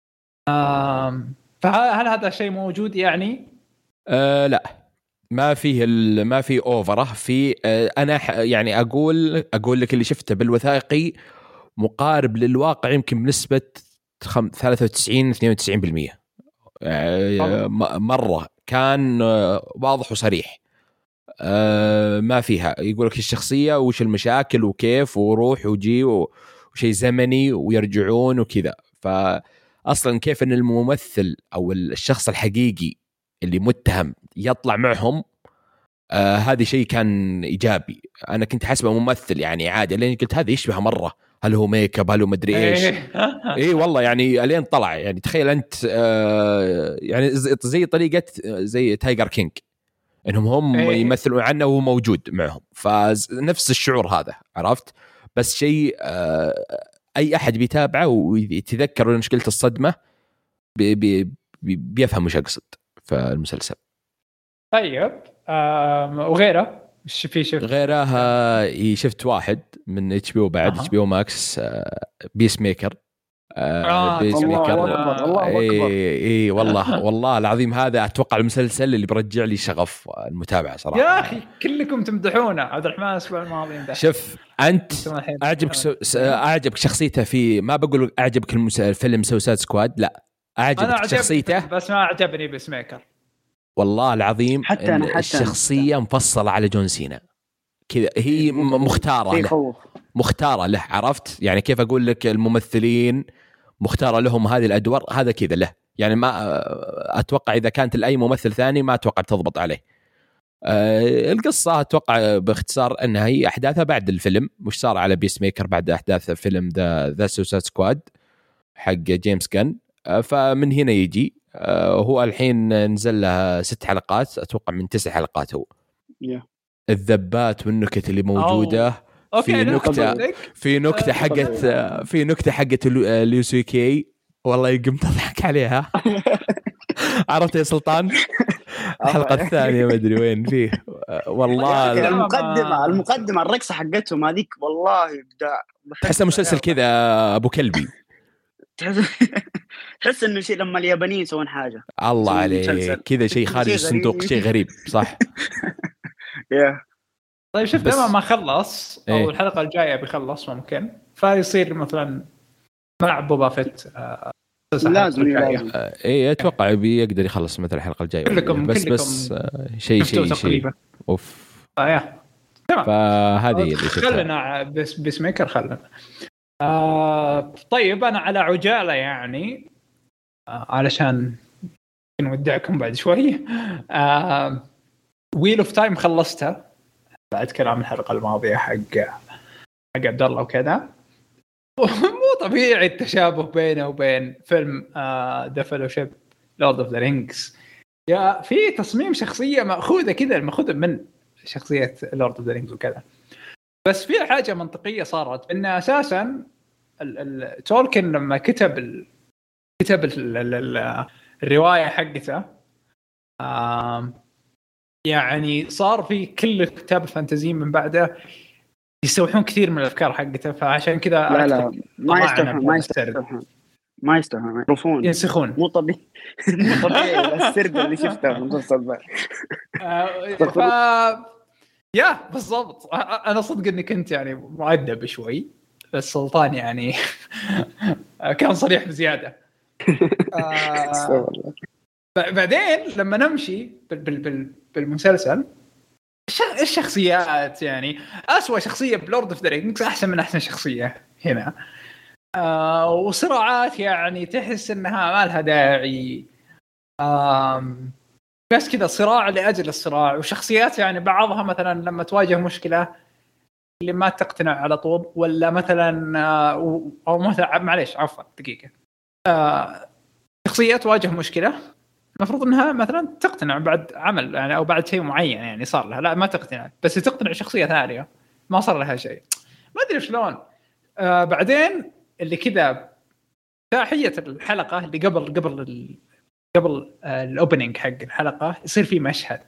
فهل هذا شيء موجود يعني؟ لا ما في اوفره في. انا يعني اقول لك اللي شفته بالوثائقي مقارب للواقع يمكن بنسبه 93-92%. مره كان واضح وصريح. ما فيها يقول لك الشخصيه وش المشاكل وكيف وروح وجي وشيء زمني ويرجعون وكذا. فاصلا كيف ان الممثل او الشخص الحقيقي اللي متهم يطلع معهم، هذا شيء كان إيجابي. أنا كنت حسبه ممثل يعني عادي، لأن قلت هذا يشبه مرة، هل هو ميك اب، هل هو مدري إيش. والله يعني ألين طلع، يعني تخيل أنت يعني زي طريقة زي تايجر كينج، إنهم هم يمثلون عنه وهو موجود معهم، فنفس الشعور هذا، عرفت؟ بس شيء أي أحد بيتابعه ويتذكر مشكلة الصدمة بيفهم وش أقصد فالمسلسل. طيب وغيره شفت غيره شفت واحد من HBO بعد HBO ماكس، بيس ميكر. بيس ميكر والله العظيم هذا أتوقع المسلسل اللي برجع لي شغف المتابعة صراحة. يا أخي كلكم تمدحونه عبد الرحمن الأسبوع الماضي ده. شوف أنت أعجبك شخصيته في، ما بقول أعجبك الفيلم سوسايد سكواد، لا أعجبك شخصيته، بس ما أعجبني بيس ميكر والله العظيم. حتى أنا الشخصية مفصلة على جون سينا كذا، هي مختارة له. مختاره له، عرفت يعني كيف اقول لك؟ الممثلين مختاره لهم هذه الادوار، هذا كذا له يعني. ما اتوقع اذا كانت لاي ممثل ثاني ما اتوقع تضبط عليه. القصه اتوقع باختصار انها هي احداثها بعد الفيلم، مش صار على بيس ميكر، بعد احداث فيلم ذا سوسايد سكواد حق جيمس جن. فمن هنا يجي هو الحين نزل له 6 حلقات اتوقع من 9 حلقات. هو الذبات والنكت اللي موجوده في نكته حقت اليوسيكي والله يقوم تضحك عليها. عرفت يا سلطان؟ الحلقه الثانيه ما ادري وين فيه والله. المقدمه الرقصه حقتهم هذيك والله ابداع. تحسه مسلسل كذا ابو كلبي. تحس انه شيء لما اليابانيين يسوون حاجه الله عليك كذا شيء خارج الصندوق، شيء غريب صح. طيب شوف لما ما خلص او الحلقه الجايه بيخلص ممكن فيصير مثلا مع بوبا فيت لازم اي اتوقع بيقدر يخلص مثل الحلقه الجايه بس شيء اوف تمام. فهذه اللي خلنا بس ميكر خلنا. طيب انا على عجاله يعني علشان نودعكم بعد شوي. ويل اوف تايم خلصتها بعد كلام الحلقه الماضيه حق عبد الله وكذا. مو طبيعي التشابه بينه وبين فيلم ذا فيلوشيب لورد اوف ذا رينجز. يا في تصميم شخصيه ماخوذه كذا، ماخوذه من شخصيه لورد اوف ذا رينجز وكذا. بس في حاجه منطقيه صارت ان اساسا تولكن لما كتب الروايه حقته يعني صار في كل كتاب الفانتازي من بعده يستوحون كثير من الافكار حقته. فعشان كذا لا ما يستوحون يعرفون ينسخون. مو طبيعي السرد اللي شفته في المسلسل يا بالضبط. انا صدق اني كنت يعني مؤدب شوي بس سلطان يعني كان صريح بزياده. بعدين لما نمشي بالمسلسل الشخصيات يعني أسوأ شخصية بلورد اوف ذا رينجز أحسن من أحسن شخصية هنا. وصراعات يعني تحس إنها ما لها داعي، بس كذا صراع لأجل الصراع. وشخصيات يعني بعضها مثلا لما تواجه مشكلة اللي ما تقتنع على طول، ولا مثلا أو مثلا معليش عفوا دقيقة شخصيات تواجه مشكلة المفروض انها مثلا تقتنع بعد عمل يعني او بعد شيء معين يعني صار لها، لا ما تقتنع بس تقتنع شخصيه ثانيه ما صار لها شيء ما ادري شلون. بعدين اللي كذا تحيه الحلقه اللي قبل الاوبننج حق الحلقه يصير في مشهد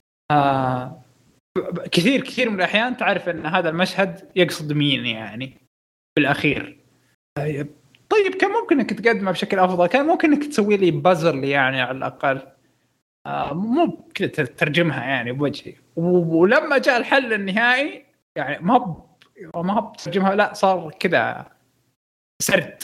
كثير من الاحيان تعرف ان هذا المشهد يقصد مين يعني بالاخير. طيب كان ممكن انك تقدمه بشكل افضل، كان ممكن انك تسوي لي بازر لي يعني على الاقل مو كذا تترجمها يعني بوجهي. ولما جاء الحل النهائي يعني ما ترجمها، لا صار كذا سرد.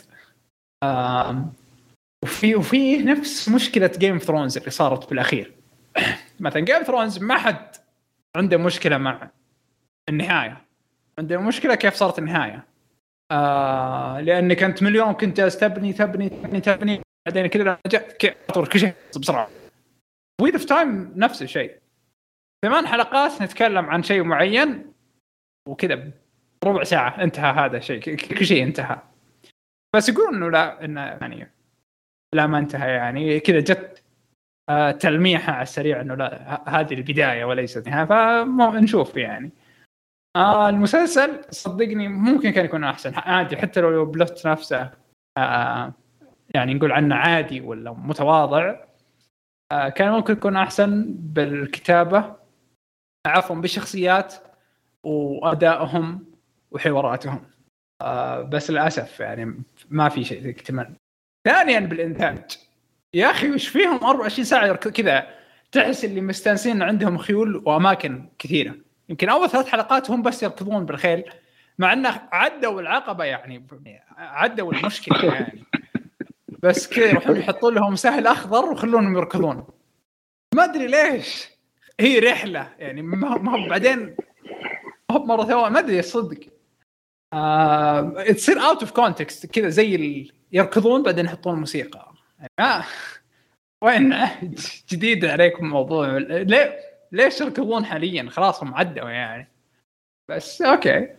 وفي نفس مشكله جيم اوف ثرونز اللي صارت بالاخير. مثلا جيم اوف ثرونز ما حد عنده مشكله مع النهايه، عنده مشكله كيف صارت النهايه. لأني كنت مليون كنت استبني بعدين كذا جاء كل شيء بسرعة. ويل اوف تايم نفس الشيء، 8 حلقات نتكلم عن شيء معين وكذا ربع ساعة انتهى هذا الشيء، كل شيء انتهى. بس يقولون إنه لا، إنه يعني لا ما انتهى يعني كذا جت تلميحة على السريع إنه لا هذه البداية وليست نهاية. فنشوف يعني. المسلسل صدقني ممكن كان يكون أحسن عادي، حتى لو بلوت نفسه يعني نقول عنه عادي ولا متواضع، كان ممكن يكون أحسن بالكتابة عفوا بالشخصيات وأدائهم وحواراتهم. بس للأسف يعني ما في شيء يكتمل. ثانيا بالإنتاج يا أخي وش فيهم 24 ساعة كذا تحس اللي مستانسين عندهم خيول وأماكن كثيرة. يمكن أول 3 حلقات هم بس يركضون بالخيل، مع أنه عدوا العقبة يعني عدوا المشكلة يعني، بس كذا يروحون يحطون لهم سهل أخضر وخلونهم يركضون. ما أدري ليش، هي رحلة يعني ما بعدين مرة ثانية ما أدري صدق. تصير اوت اوف كونتكست كذا، زي يركضون بعدين يحطون موسيقى يعني وين جديد عليكم الموضوع؟ ليش يركضون حاليا؟ خلاص هم عدوا يعني. بس اوكي.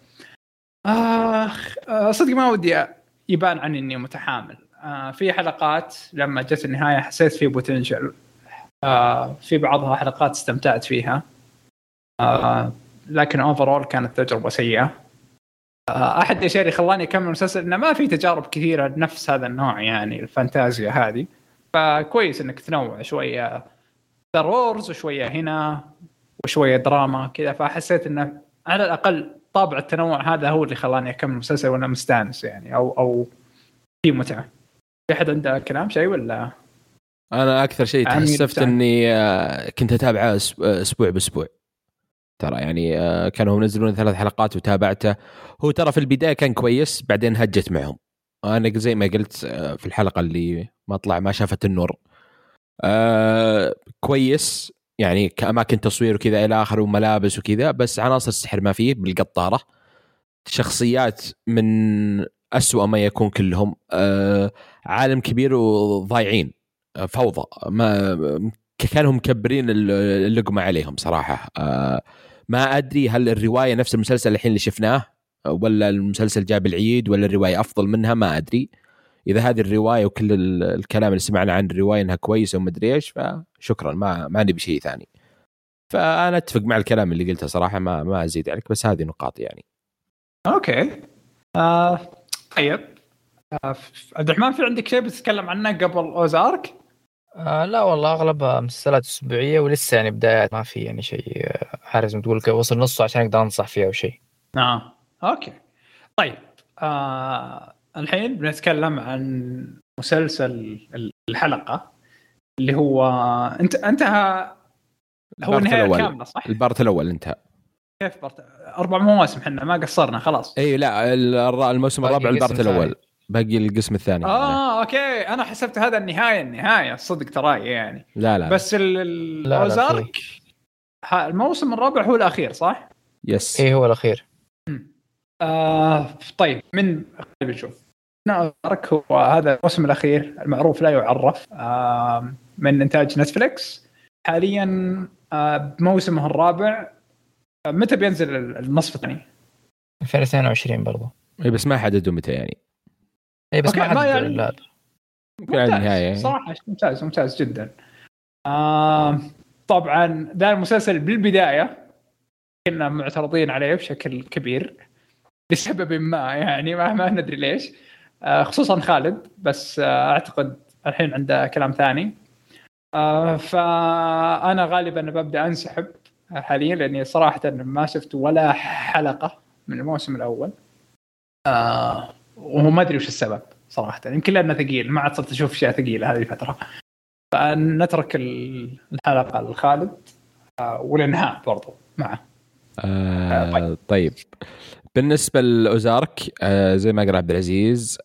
صدق ما ودي يبان عني اني متحامل. في حلقات لما جت النهايه حسيت في بوتنشل، في بعضها حلقات استمتعت فيها، لكن اوفرول كانت تجربه سيئه. احد الاشياء اللي خلاني اكمل المسلسل انه ما في تجارب كثيره نفس هذا النوع، يعني الفانتازيا هذه، فكويس انك تنوع شويه ستار وورز وشويه هنا وشويه دراما كذا. فحسيت انه على الاقل طابع التنوع هذا هو اللي خلاني اكمل المسلسل وانا مستانس يعني، او في متعه. في احد عنده كلام شيء ولا؟ انا اكثر شيء تحسفت اني كنت اتابعه اسبوع باسبوع ترى، يعني كانوا ينزلون 3 حلقات وتابعته. هو ترى في البدايه كان كويس، بعدين هجت معهم. انا زي ما قلت في الحلقه اللي ما شافت النور، كويس يعني كأماكن تصوير وكذا إلى آخر وملابس وكذا، بس عناصر السحر ما فيه بالقطارة. شخصيات من أسوأ ما يكون كلهم، عالم كبير وضايعين، فوضى، ما كانوا مكبرين اللقمة عليهم صراحة. ما أدري هل الرواية نفس المسلسل الحين اللي شفناه، ولا المسلسل جاب العيد، ولا الرواية أفضل منها، ما أدري. إذا هذه الرواية وكل الكلام اللي سمعنا عن الرواية إنها كويسة ومدري إيش، فشكرا، ما عندي بشيء ثاني. فأنا أتفق مع الكلام اللي قلته صراحة، ما أزيد عليك، بس هذه نقاط يعني. أوكي. طيب عبد الرحمن، في عندك شيء بتتكلم عنه قبل أوزارك؟ لا والله أغلب مسلسلات أسبوعية ولسه يعني بدايات، ما في يعني شيء حارس تقول وصل نصه عشان أقدر أنصح فيه أو شيء. أوكي. طيب الحين بنتكلم عن مسلسل الحلقة اللي هو انتهى. هو النهاية كاملة صح؟ البارت الأول انتهى. كيف 4 مواسم حنا ما قصرنا خلاص. اي لا، الموسم الرابع البارت الأول، باقي القسم الثاني. اوكي، انا حسبت هذا النهاية صدق تراي يعني. لا بس الأوزارك الموسم الرابع هو الأخير صح؟ يس. ايه هو الأخير. طيب من بنشوف أوزارك هو هذا الموسم الأخير المعروف لا يعرف، من إنتاج نتفليكس حاليا، بموسمه الرابع. متى بينزل النصف الثاني؟ 2022 برضو. بس ما حددوا متى يعني. اي بس ما حددوا يعني لا. ممكن على النهاية صراحة ممتاز جدا. طبعا ذا المسلسل بالبداية كنا معترضين عليه بشكل كبير لسبب ما يعني، ما ندري ليش، خصوصا خالد، بس أعتقد الحين عنده كلام ثاني. فأنا غالبا ببدأ أنسحب حاليا، لأني صراحة ما شفت ولا حلقة من الموسم الأول، وما أدري وش السبب صراحة. يمكن لأنه ثقيل، ما عاد صرت أشوف أشياء ثقيلة هذه الفترة. فنترك الحلقة لخالد والإنهاء برضو معه. طيب بالنسبة لأوزارك، زي ما قال عبد العزيز،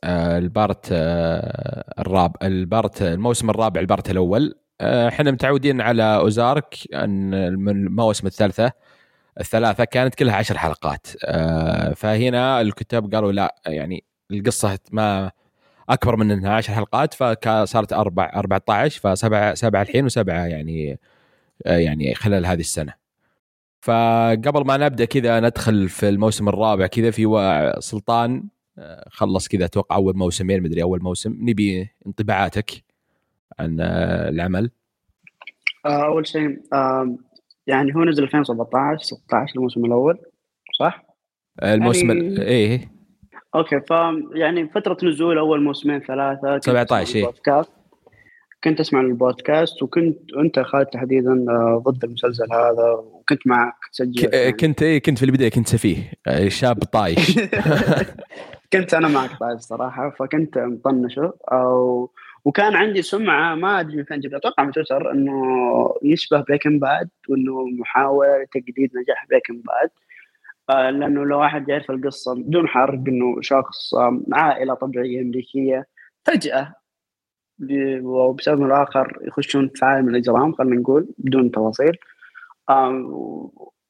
الموسم الرابع البارت الأول. احنا متعودين على أوزارك أن المواسم الثلاثة كانت كلها 10 حلقات. فهنا الكتاب قالوا لا، يعني القصة ما أكبر من أنها 10 حلقات، فصارت 14، فسبعة الحين وسبعة يعني خلال هذه السنة. فقبل ما نبدأ كذا ندخل في الموسم الرابع كذا، في سلطان خلص كذا أتوقع أول موسمين، مدري أول موسم، نبي انطباعاتك عن العمل. أول شيء يعني هو نزل 2017 الموسم الأول صح؟ الموسم يعني إيه أوكي، يعني فترة نزول أول موسمين 3 17 كنت أسمع البودكاست، وكنت أنت خالد تحديدا ضد المسلسل هذا، وكنت معك سجل يعني. كنت في البداية كنت سفيه شاب طايش. كنت أنا معك طايش صراحة، فكنت مطنشه وكان عندي سمعة ما أدري من فين جبتها، أتوقع من تويتر، إنه يشبه بريكنج باد، وإنه محاولة تجديد نجاح بريكنج باد. لأنه لو واحد يعرف القصة بدون حرق، إنه شخص عائلة طبيعية أمريكية فجأة وبسبب الآخر يخشون في عالم الإجرام، خلينا نقول بدون تفاصيل.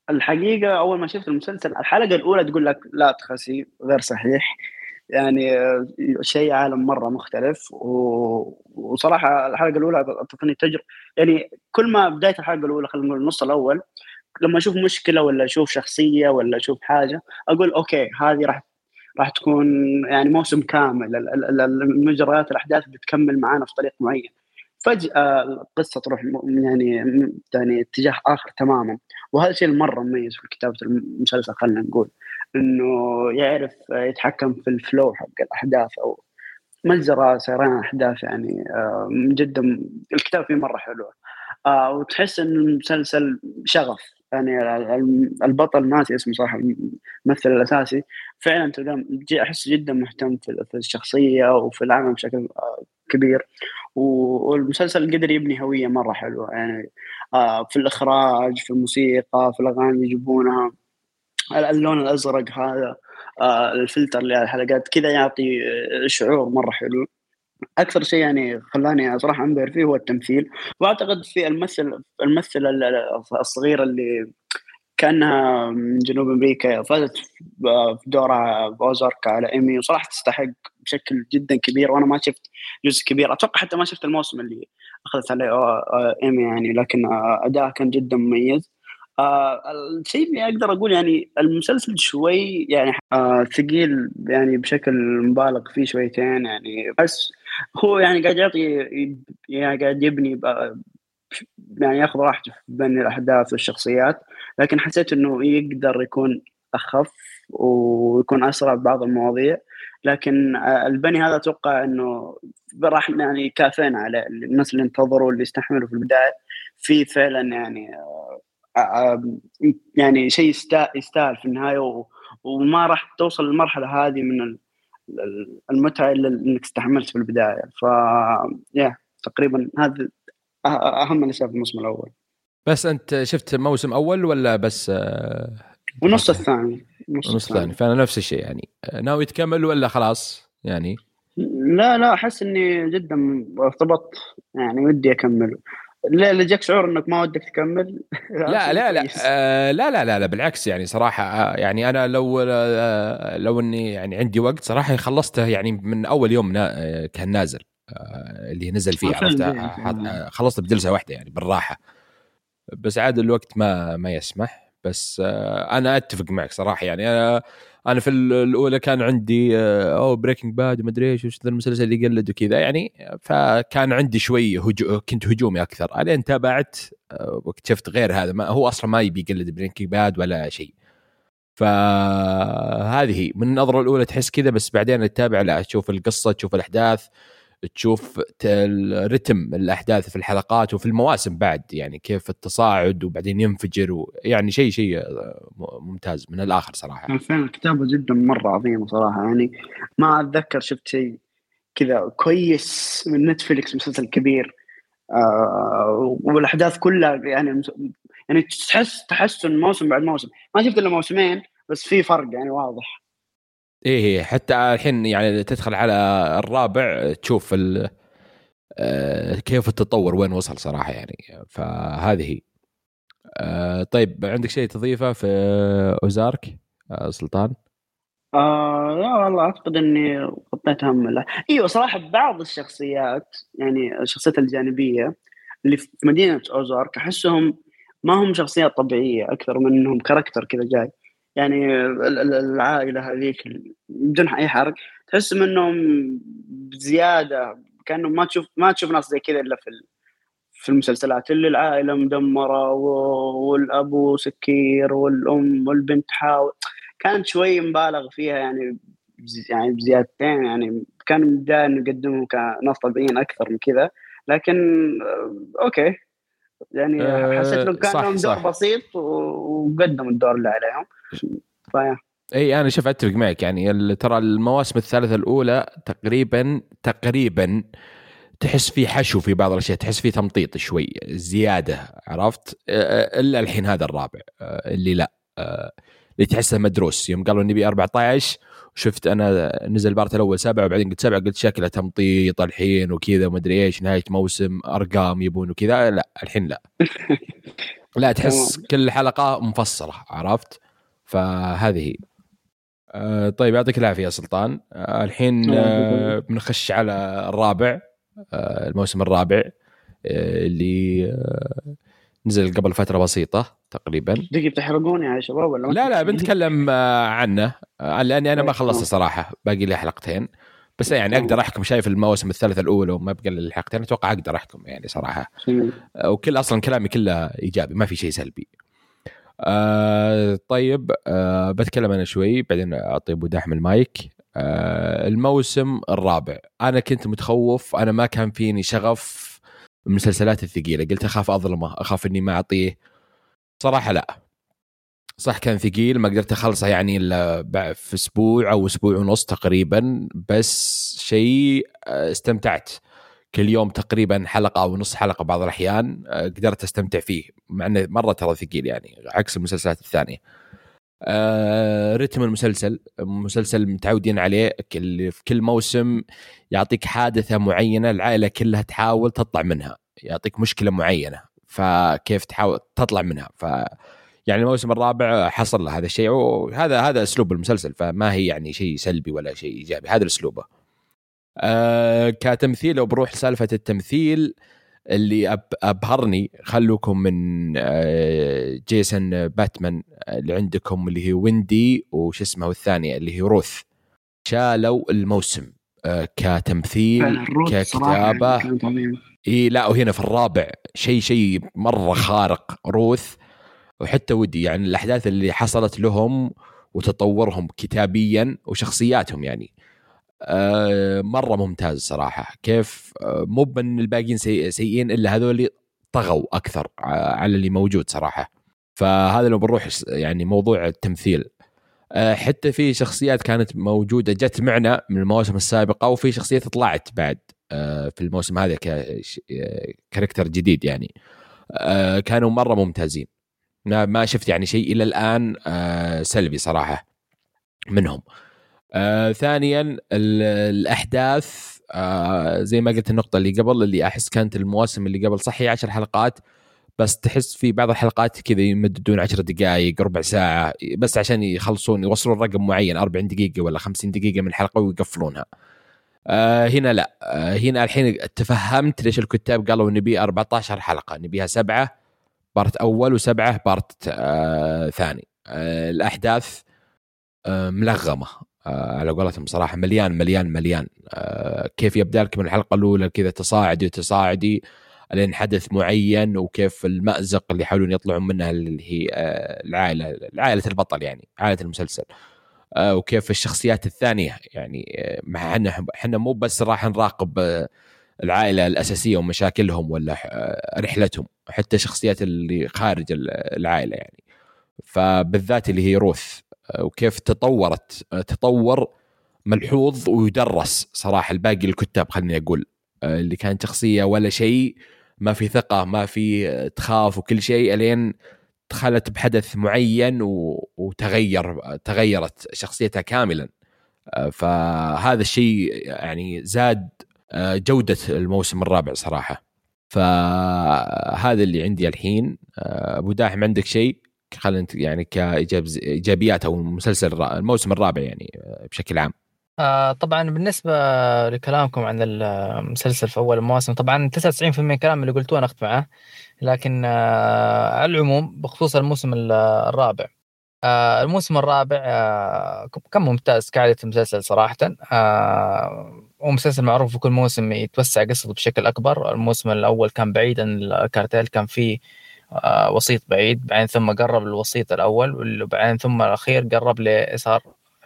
الحقيقة أول ما شفت المسلسل الحلقة الأولى تقول لك لا تخسي غير صحيح، يعني شيء عالم مرة مختلف. وصراحة الحلقة الأولى أعطتني تجربة، يعني كل ما بداية الحلقة الأولى خلينا نقول النص الأول لما أشوف مشكلة ولا أشوف شخصية ولا أشوف حاجة أقول أوكي هذه راح تكون يعني موسم كامل، المجريات الأحداث بتكمل معانا في طريق معين. فجأة القصة تروح يعني اتجاه آخر تماما. وهذا الشيء مرة مميز في كتابة المسلسل، خلينا نقول إنه يعرف يتحكم في الفلو حق الأحداث أو مجرى سيران الأحداث. يعني جدا الكتاب فيه مرة حلوة. وتحس إن المسلسل شغف، يعني البطل ناسي اسمه صح، الممثل الأساسي فعلا تلقاه أحس جدا مهتم في الشخصية وفي العمل بشكل كبير. والمسلسل قدر يبني هوية مرة حلوة، يعني في الإخراج، في الموسيقى، في الأغاني اللي يجيبونها، اللون الأزرق هذا، الفلتر اللي على الحلقات كذا يعطي شعور مرة حلو. أكثر شيء يعني خلاني صراحة أنبهر فيه هو التمثيل. وأعتقد في الممثل الصغيرة اللي كأنها من جنوب أمريكا فازت في دورها بأوزارك على إيمي، وصراحة تستحق بشكل جدا كبير. وأنا ما شفت جزء كبير، أتوقع حتى ما شفت الموسم اللي أخذت عليه إيمي يعني، لكن أداء كان جدا مميز. الشيء اللي أقدر أقول يعني المسلسل شوي يعني ثقيل يعني بشكل مبالغ فيه شويتين، يعني بس هو يعني قاعد يعطي، يعني قاعد يبني يعني ياخذ راحته في بني الأحداث والشخصيات، لكن حسيت إنه يقدر يكون أخف ويكون أسرع ببعض المواضيع. لكن البني هذا أتوقع إنه راح يعني كافينا على الناس اللي انتظروا اللي استحملوا في البداية، في فعلا يعني شيء يستاهل في النهاية، وما راح توصل للمرحلة هذه من المتعة اللي إنك استحملت في البداية. تقريبا هذا أهم الأشياء في الموسم الأول. بس أنت شفت موسم أول ولا بس ونص الثاني؟ نص الثاني. فأنا نفس الشيء يعني، ناوي تكمل ولا خلاص يعني؟ لا أحس إني جدا ارتبطت، يعني ودي أكمل. لا جاك شعور إنك ما ودك تكمل؟ لا بالعكس يعني صراحة، يعني أنا لو إني يعني عندي وقت صراحة خلصته يعني من أول يوم كان نازل، اللي نزل فيه عرفت، خلصت بجلسة واحدة يعني بالراحة. بس عاد الوقت ما يسمح. بس أنا أتفق معك صراحة، يعني أنا في الأولى كان عندي بريكنج باد ومدري إيش وش ذا المسلسل اللي يقلد وكذا يعني، فكان عندي شوي كنت هجومي أكثر. ألين تابعت واكتشفت غير هذا، ما هو أصلا ما يبي يقلد بريكنج باد ولا شيء. فهذه من النظرة الأولى تحس كذا، بس بعدين تتابع لا تشوف القصة، تشوف الأحداث، تشوف الرتم الأحداث في الحلقات وفي المواسم بعد، يعني كيف التصاعد وبعدين ينفجر يعني شيء ممتاز من الآخر صراحة. فعلا الكتابة جدا مرة عظيمة صراحة، يعني ما أتذكر شفت شيء كذا كويس من نتفليكس، مسلسل كبير والأحداث كلها يعني تحس تحسن موسم بعد موسم. ما شفت إلا موسمين بس في فرق يعني واضح. إيه حتى الحين يعني تدخل على الرابع تشوف كيف التطور وين وصل صراحة يعني. فهذه طيب عندك شيء تضيفه في أوزارك سلطان؟ لا والله أعتقد إني غطيت هم. أيوة صراحة بعض الشخصيات يعني الشخصيات الجانبية اللي في مدينة أوزارك أحسهم ما هم شخصيات طبيعية، أكثر من إنهم كاركتر كذا جاي. يعني العائلة هذيك بدون أي حرق تحس منهم بزيادة، كأنه ما تشوف ناس زي كذا إلا في المسلسلات، اللي العائلة مدمرة والأبو سكير والأم والبنت حاول، كانت شوي مبالغ فيها يعني بزيادتين. يعني كان بداية إنه يقدموا كناس طبيعيين أكثر من كذا، لكن أوكي يعني حسيت لهم كان لهم دور بسيط وقدموا الدور اللي عليهم. اي انا شوف اتفق معك يعني، ترى المواسم الثلاثه الاولى تقريبا تحس في حشو في بعض الاشياء، تحس في تمطيط شوي زياده، عرفت؟ الا الحين هذا الرابع اللي لا اللي تحسه مدروس. يوم قالوا نبي 14 وشفت انا نزل بارت الاول 7 وبعدين قلت 7 قلت شكله تمطيط الحين وكذا وما ادري ايش، نهايه موسم ارقام يبون وكذا. لا الحين لا. لا تحس كل حلقة مفصلة، عرفت؟ فهذه طيب يعطيك العافية يا سلطان. الحين بنخش على الرابع، الموسم الرابع اللي نزل قبل فترة بسيطة تقريبا. دقيقة بتحرقوني يا شباب ولا؟ لا بنتكلم عنه لأني أنا ما خلصت صراحة، باقي لي حلقتين بس يعني أقدر أحكم. شايف المواسم الثالثة الأولى وما بقى لي الحلقتين، أتوقع أقدر أحكم يعني صراحة. وكل أصلا كلامي كله إيجابي، ما في شيء سلبي. طيب بتكلم أنا شوي بعدين أعطي أبو داحم المايك. الموسم الرابع أنا كنت متخوف، أنا ما كان فيني شغف من المسلسلات الثقيلة، قلت أخاف أظلمه، أخاف إني ما أعطيه صراحة. لا صح كان ثقيل، ما قدرت أخلصه يعني إلا في أسبوع أو أسبوع ونص تقريبا، بس شيء استمتعت كل يوم تقريبا حلقة أو نص حلقة بعض الأحيان، قدرت أستمتع فيه مع أنه مرة ترى ثقيل يعني عكس المسلسلات الثانية. رتم المسلسل متعودين عليه، في كل موسم يعطيك حادثة معينة العائلة كلها تحاول تطلع منها، يعطيك مشكلة معينة فكيف تحاول تطلع منها. يعني الموسم الرابع حصل له هذا الشيء، وهذا أسلوب المسلسل، فما هي يعني شيء سلبي ولا شيء إيجابي، هذا الأسلوبه. كتمثيل لو بروح سالفة التمثيل اللي أبهرني، خلوكم من جيسون باتمان اللي عندكم اللي هي ويندي وش اسمها والثانية اللي هي روث، شالوا الموسم كتمثيل ككتابة. لا وهنا في الرابع شيء مرة خارق روث وحتى ودي، يعني الأحداث اللي حصلت لهم وتطورهم كتابيا وشخصياتهم يعني مرة ممتاز صراحة. كيف مو بأن الباقيين سيئين إلا هذول طغوا أكثر على اللي موجود صراحة. فهذا لو بنروح يعني موضوع التمثيل، حتى في شخصيات كانت موجودة جت معنا من المواسم السابقة، وفي شخصيات طلعت بعد في الموسم هذا كاركتر جديد يعني، كانوا مرة ممتازين. ما شفت يعني شيء إلى الآن سلبي صراحة منهم. ثانيا الأحداث زي ما قلت النقطة اللي قبل، اللي أحس كانت المواسم اللي قبل صحي 10 حلقات بس تحس في بعض الحلقات كذا يمددون 10 دقائق ربع ساعة بس عشان يوصلون رقم معين 40 دقيقة ولا 50 دقيقة من الحلقة ويقفلونها. هنا لا، هنا الحين تفهمت ليش الكتاب قالوا نبي 14 حلقة، نبيها 7 بارت أول و7 بارت ثاني. الأحداث ملغمة على قولتهم صراحة، مليان كيف يبدأ لك من الحلقة الأولى كذا تصاعدي لين حدث معين، وكيف المأزق اللي يحاولون يطلعون منها اللي هي العائلة البطل يعني عائلة المسلسل، وكيف الشخصيات الثانية يعني مع احنا مو بس راح نراقب العائلة الأساسية ومشاكلهم ولا رحلتهم، حتى شخصيات اللي خارج العائلة يعني. فبالذات اللي هي روث وكيف تطور ملحوظ ويدرس صراحة. الباقي الكتاب خلني أقول اللي كان شخصية ولا شيء، ما في ثقة ما في تخاف وكل شيء، ألين دخلت بحدث معين وتغيرت شخصيتها كاملا. فهذا الشيء يعني زاد جودة الموسم الرابع صراحة. فهذا اللي عندي الحين. أبو داحم عندك شيء خلينا يعني كإيجابيات أو الموسم الرابع يعني بشكل عام؟ طبعا بالنسبة لكلامكم عن المسلسل في أول المواسم، طبعا 99% من الكلام اللي قلتوه أنا أخذ معه، لكن على العموم بخصوص الموسم الرابع، الموسم الرابع كان ممتاز كعادة المسلسل صراحة. ومسلسل معروف في كل موسم يتوسع قصته بشكل أكبر. الموسم الأول كان بعيد عن الكارتيل، كان فيه وسيط بعيد، بعدين ثم قرب الوسيط الأول، وبعدين ثم الأخير قرب لإصار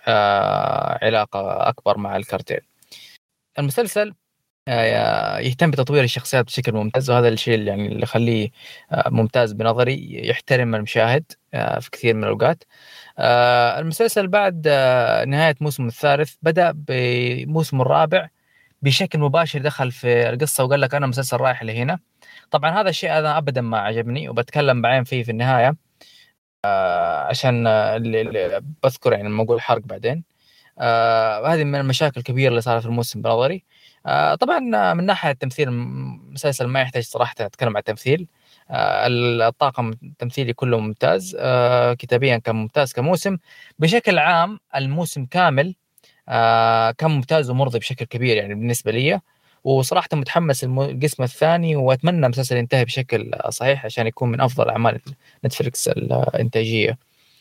علاقة أكبر مع الكارتيل. المسلسل يهتم بتطوير الشخصيات بشكل ممتاز، وهذا الشيء يعني اللي يخليه ممتاز بنظري، يحترم المشاهد في كثير من الأوقات. المسلسل بعد نهاية موسم الثالث بدأ بموسم الرابع بشكل مباشر، دخل في القصة وقال لك أنا مسلسل رايح لهنا. طبعا هذا الشيء أنا أبدا ما عجبني، وبتكلم بعين فيه في النهاية عشان اللي بذكر يعني لما أقول حرق بعدين. هذه من المشاكل الكبيرة اللي صارت في الموسم بنظري. طبعا من ناحيه التمثيل المسلسل ما يحتاج صراحه اتكلم عن التمثيل. الطاقم التمثيلي كله ممتاز. كتابيا كان ممتاز كموسم. بشكل عام الموسم كامل كان ممتاز ومرضي بشكل كبير يعني بالنسبه لي. وصراحه متحمس القسم الثاني واتمنى المسلسل ينتهي بشكل صحيح عشان يكون من افضل اعمال نتفليكس الانتاجيه.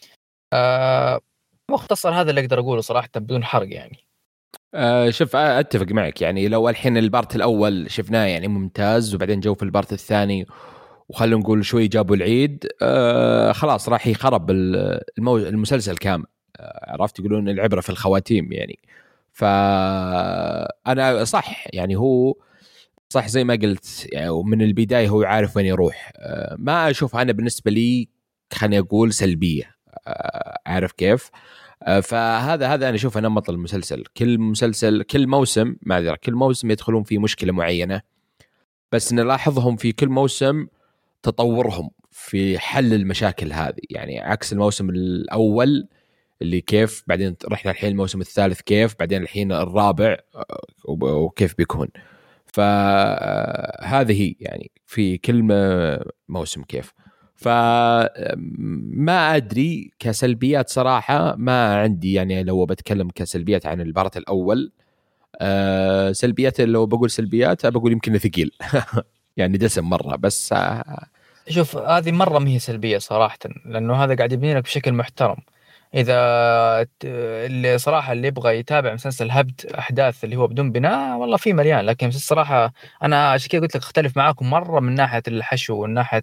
مختصر هذا اللي اقدر اقوله صراحه بدون حرق يعني. شوف اتفق معك يعني لو الحين البارت الاول شفناه يعني ممتاز وبعدين جو في البارت الثاني وخلوا نقول شوي جابوا العيد خلاص راح يخرب المسلسل كامل. عرفت يقولون العبرة في الخواتيم يعني. فأنا صح يعني هو صح زي ما قلت يعني ومن البداية هو عارف وين يروح. ما أشوف أنا بالنسبة لي خليني أقول سلبية. عارف كيف. فهذا أنا أشوف نمط المسلسل. كل موسم معذرة كل موسم يدخلون في مشكلة معينة بس نلاحظهم في كل موسم تطورهم في حل المشاكل هذه يعني عكس الموسم الأول اللي كيف بعدين رحنا الحين الموسم الثالث كيف بعدين الحين الرابع وكيف بيكون. فهذه يعني في كل موسم كيف. فما أدري كسلبيات صراحة ما عندي يعني لو بتكلم كسلبيات عن البارت الأول سلبيات لو بقول سلبيات بقول يمكن ثقيل يعني دسم مرة بس. شوف هذه مرة ما هي سلبية صراحة لأنه هذا قاعد يبني لك بشكل محترم. إذا اللي صراحة اللي يبغى يتابع مسلسل هبد أحداث اللي هو بدون بناء والله في مليان. لكن الصراحة أنا عشان كذا قلت لك اختلف معاكم مرة من ناحية الحشو ومن ناحية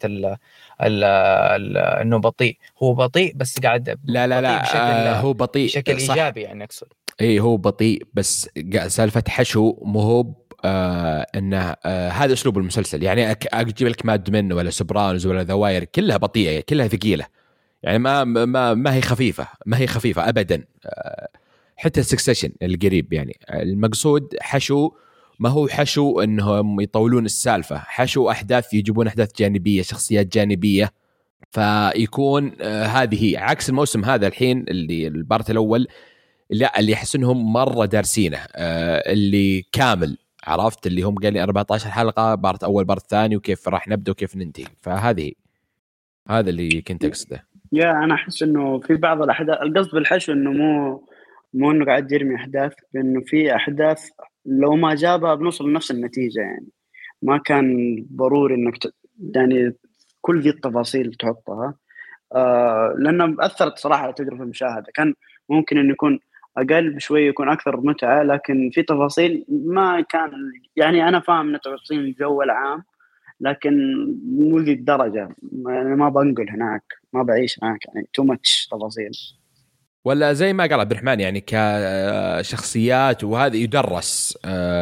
إنه بطيء. هو بطيء بس قاعد لا بشكل هو بطيء بشكل إيجابي يعني أقصد. إيه هو بطيء بس سالفة حشو مو انه هذا اسلوب المسلسل يعني اجيب لك ماد من ولا سوبرانوز ولا ذواير كلها بطيئه كلها ثقيله يعني ما هي خفيفه ابدا. حتى السكسيشن القريب يعني المقصود حشو ما هو حشو انهم يطولون السالفه حشو احداث يجيبون احداث جانبيه شخصيات جانبيه فيكون هذه هي عكس الموسم هذا الحين اللي البارت الاول لا اللي يحس انهم مره دارسينه اللي كامل عرفت اللي هم قال لي 14 حلقة بارت أول بارت ثاني وكيف راح نبدأ وكيف ننتهي. فهذه هذا اللي كنت أقصده. أنا أحس إنه في بعض الأحداث القصد بالحشو إنه مو إنه قاعد يرمي أحداث لأنه في أحداث لو ما جابها بنوصل لنفس النتيجة يعني ما كان ضروري إنك يعني كل ذي التفاصيل تحطها لأنه أثرت صراحة على تجربة المشاهدة. كان ممكن إنه يكون أقل بشوي يكون أكثر متعة لكن في تفاصيل ما كان يعني أنا فاهم إن تفاصيل الجو العام لكن مو ذي الدرجة يعني ما بنقل هناك ما بعيش هناك يعني too much تفاصيل. ولا زي ما قال عبد الرحمن يعني كشخصيات وهذا يدرس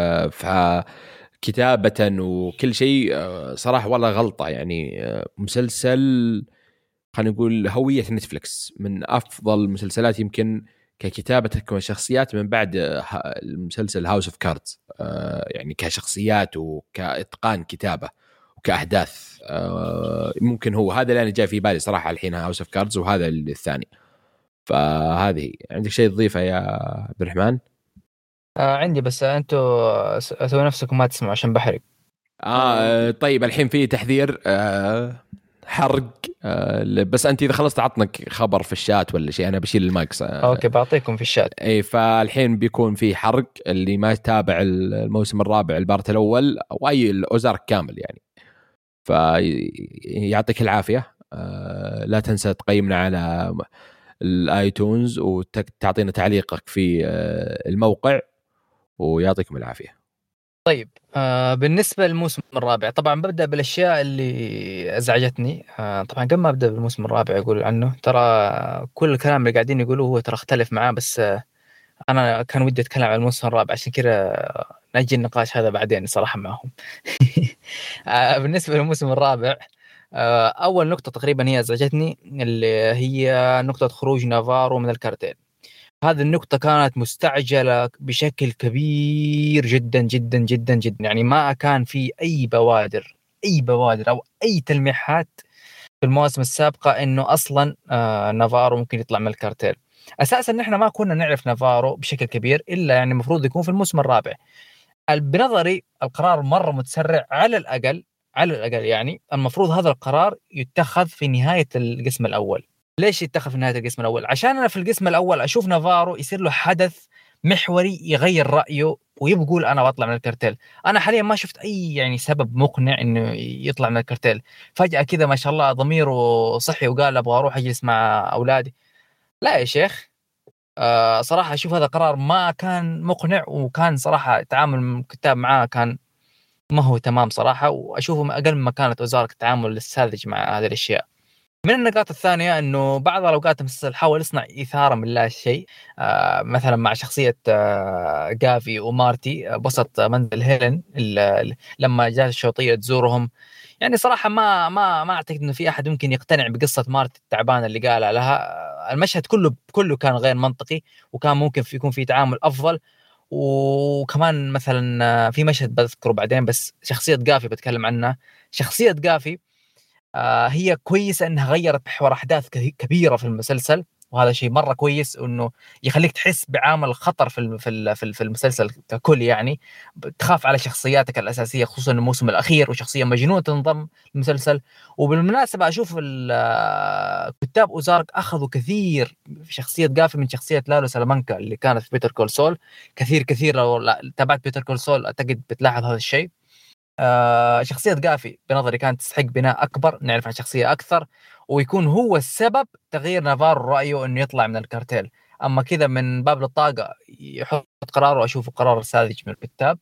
فكتابة وكل شيء صراحة والله غلطة يعني مسلسل خلينا نقول هوية نتفليكس من أفضل المسلسلات يمكن ككتابة كشخصيات من بعد المسلسل هاوس اوف كاردز يعني كشخصيات وكإتقان كتابة وكأحداث ممكن هو هذا اللي أنا جاي في بالي صراحة الحين هاوس اوف كاردز وهذا الثاني. فهذه عندك شيء تضيفه يا عبد الرحمن؟ عندي بس أنتوا سووا نفسكم ما تسمعوا عشان بحرق. طيب الحين في تحذير حرق بس أنت إذا خلصت عطنك خبر في الشات ولا شيء أنا بشيل المايكس. أوكي بعطيكم في الشات. أي فالحين بيكون في حرق اللي ما يتابع الموسم الرابع البارت الأول أو أي الأوزارك كامل يعني فيعطيك العافية. لا تنسى تقيمنا على الايتونز وتعطينا تعليقك في الموقع ويعطيكم العافية. طيب بالنسبة للموسم الرابع طبعا ببدأ بالأشياء اللي أزعجتني. طبعا قبل ما أبدأ بالموسم الرابع يقول عنه ترى كل الكلام اللي قاعدين يقولوه هو ترى اختلف معاه بس أنا كان ودي أتكلم عن الموسم الرابع عشان كده نجي النقاش هذا بعدين صراحة معهم. بالنسبة للموسم الرابع أول نقطة تقريبا هي أزعجتني اللي هي نقطة خروج نافارو من الكارتيل. هذه النقطة كانت مستعجلة بشكل كبير جدا جدا جدا جدا يعني ما كان في أي بوادر أو أي تلميحات في المواسم السابقة إنه أصلا نافارو ممكن يطلع من الكارتيل. أساسا نحن ما كنا نعرف نافارو بشكل كبير إلا يعني المفروض يكون في الموسم الرابع. بنظري القرار مره متسرع. على الاقل يعني المفروض هذا القرار يتخذ في نهايه القسم الاول. ليش يتخذ في نهايه القسم الاول؟ عشان انا في القسم الاول اشوف نافارو يصير له حدث محوري يغير رايه ويقول انا بطلع من الكارتيل. انا حاليا ما شفت اي يعني سبب مقنع انه يطلع من الكارتيل. فجاه كذا ما شاء الله ضميره صحي وقال ابغى اروح اجلس مع اولادي. لا يا شيخ، صراحه اشوف هذا قرار ما كان مقنع، وكان صراحه تعامل الكتاب معاه كان ما هو تمام صراحه، واشوفه اقل ما كانت وزاره التعامل الساذج مع هذه الاشياء. من النقاط الثانية أنه بعض الأوقات المسلسل حاول يصنع إثارة من لا شيء، مثلا مع شخصية جافي ومارتي بسط منزل هيلين لما جاءت الشرطية تزورهم. يعني صراحة ما أعتقد أنه في أحد ممكن يقتنع بقصة مارتي التعبانة اللي قالها لها. المشهد كله كان غير منطقي، وكان ممكن يكون في تعامل أفضل. وكمان مثلا في مشهد بذكره بعدين، بس شخصية جافي بتكلم عنها. شخصية جافي هي كويسة أنها غيرت محور أحداث كبيرة في المسلسل، وهذا شيء مرة كويس، أنه يخليك تحس بعامل خطر في المسلسل ككل. يعني تخاف على شخصياتك الأساسية، خصوصا الموسم الأخير وشخصية مجنونة تنضم المسلسل. وبالمناسبة أشوف كتاب أوزارك أخذوا كثير في شخصية جافي من شخصية لالو سلامانكا اللي كانت في بيتر كول سول. كثير لو تابعت بيتر كول سول أعتقد بتلاحظ هذا الشيء. شخصية جافي بنظري كانت تستحق بناء أكبر، نعرف عن شخصية أكثر، ويكون هو السبب تغيير نافارو رأيه إنه يطلع من الكارتيل. أما كذا من باب الطاقة يحط قراره، أشوفه قرار ساذج من الكتاب.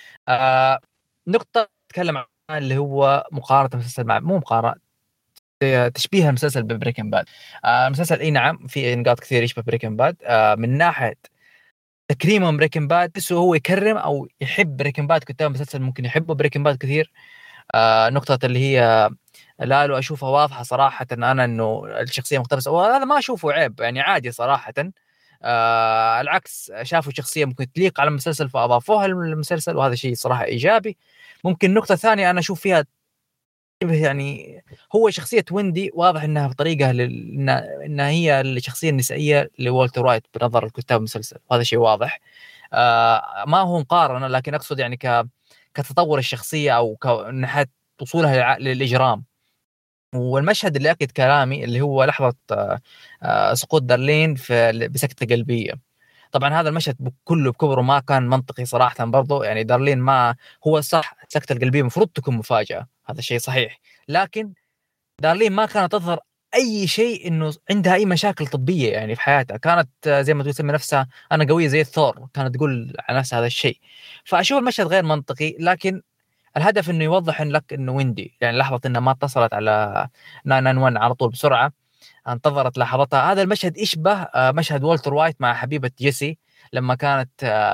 نقطة تكلم عنها اللي هو مقارنة المسلسل مو مقارنة، تشبيه المسلسل ببريكنج باد. المسلسل اي نعم في نقاط كثير يشبه بريكنج باد، من ناحية تكريمه بريكنج باد، بس هو يكرم او يحب بريكنج باد. كتاب المسلسل ممكن يحبوا بريكنج باد كثير. نقطة اللي هي لالو أشوفها واضحة صراحة أنا إنه الشخصية مقتبسة، وهذا ما أشوفه عيب، يعني عادي صراحة. العكس، شافوا شخصية ممكن تليق على المسلسل فأضافوها للمسلسل، وهذا شيء صراحة إيجابي. ممكن نقطة ثانية أنا أشوف فيها يعني هو شخصية ويندي واضح إنها بطريقة إنها هي الشخصية النسائية لوالتر وايت بنظر الكتاب المسلسل، وهذا شيء واضح. ما هو مقارنة، لكن أقصد يعني كتطور الشخصية أو كنحت وصولها للإجرام. والمشهد اللي أكد كلامي اللي هو لحظة سقوط دارلين بسكتة قلبية. طبعا هذا المشهد كله بكبره ما كان منطقي صراحة برضو. يعني دارلين ما هو صح، السكتة القلبية مفروض تكون مفاجأة، هذا الشيء صحيح، لكن دارلين ما كانت تظهر أي شيء إنه عندها أي مشاكل طبية يعني في حياتها. كانت زي ما تسمي نفسها أنا قوية زي الثور، كانت تقول على نفسها هذا الشيء. فأشوف المشهد غير منطقي، لكن الهدف إنه يوضح لك إنه ويندي يعني لحظة إنها ما اتصلت على 911 على طول بسرعة، انتظرت لحظتها. هذا المشهد يشبه مشهد والتر وايت مع حبيبة جيسي لما كانت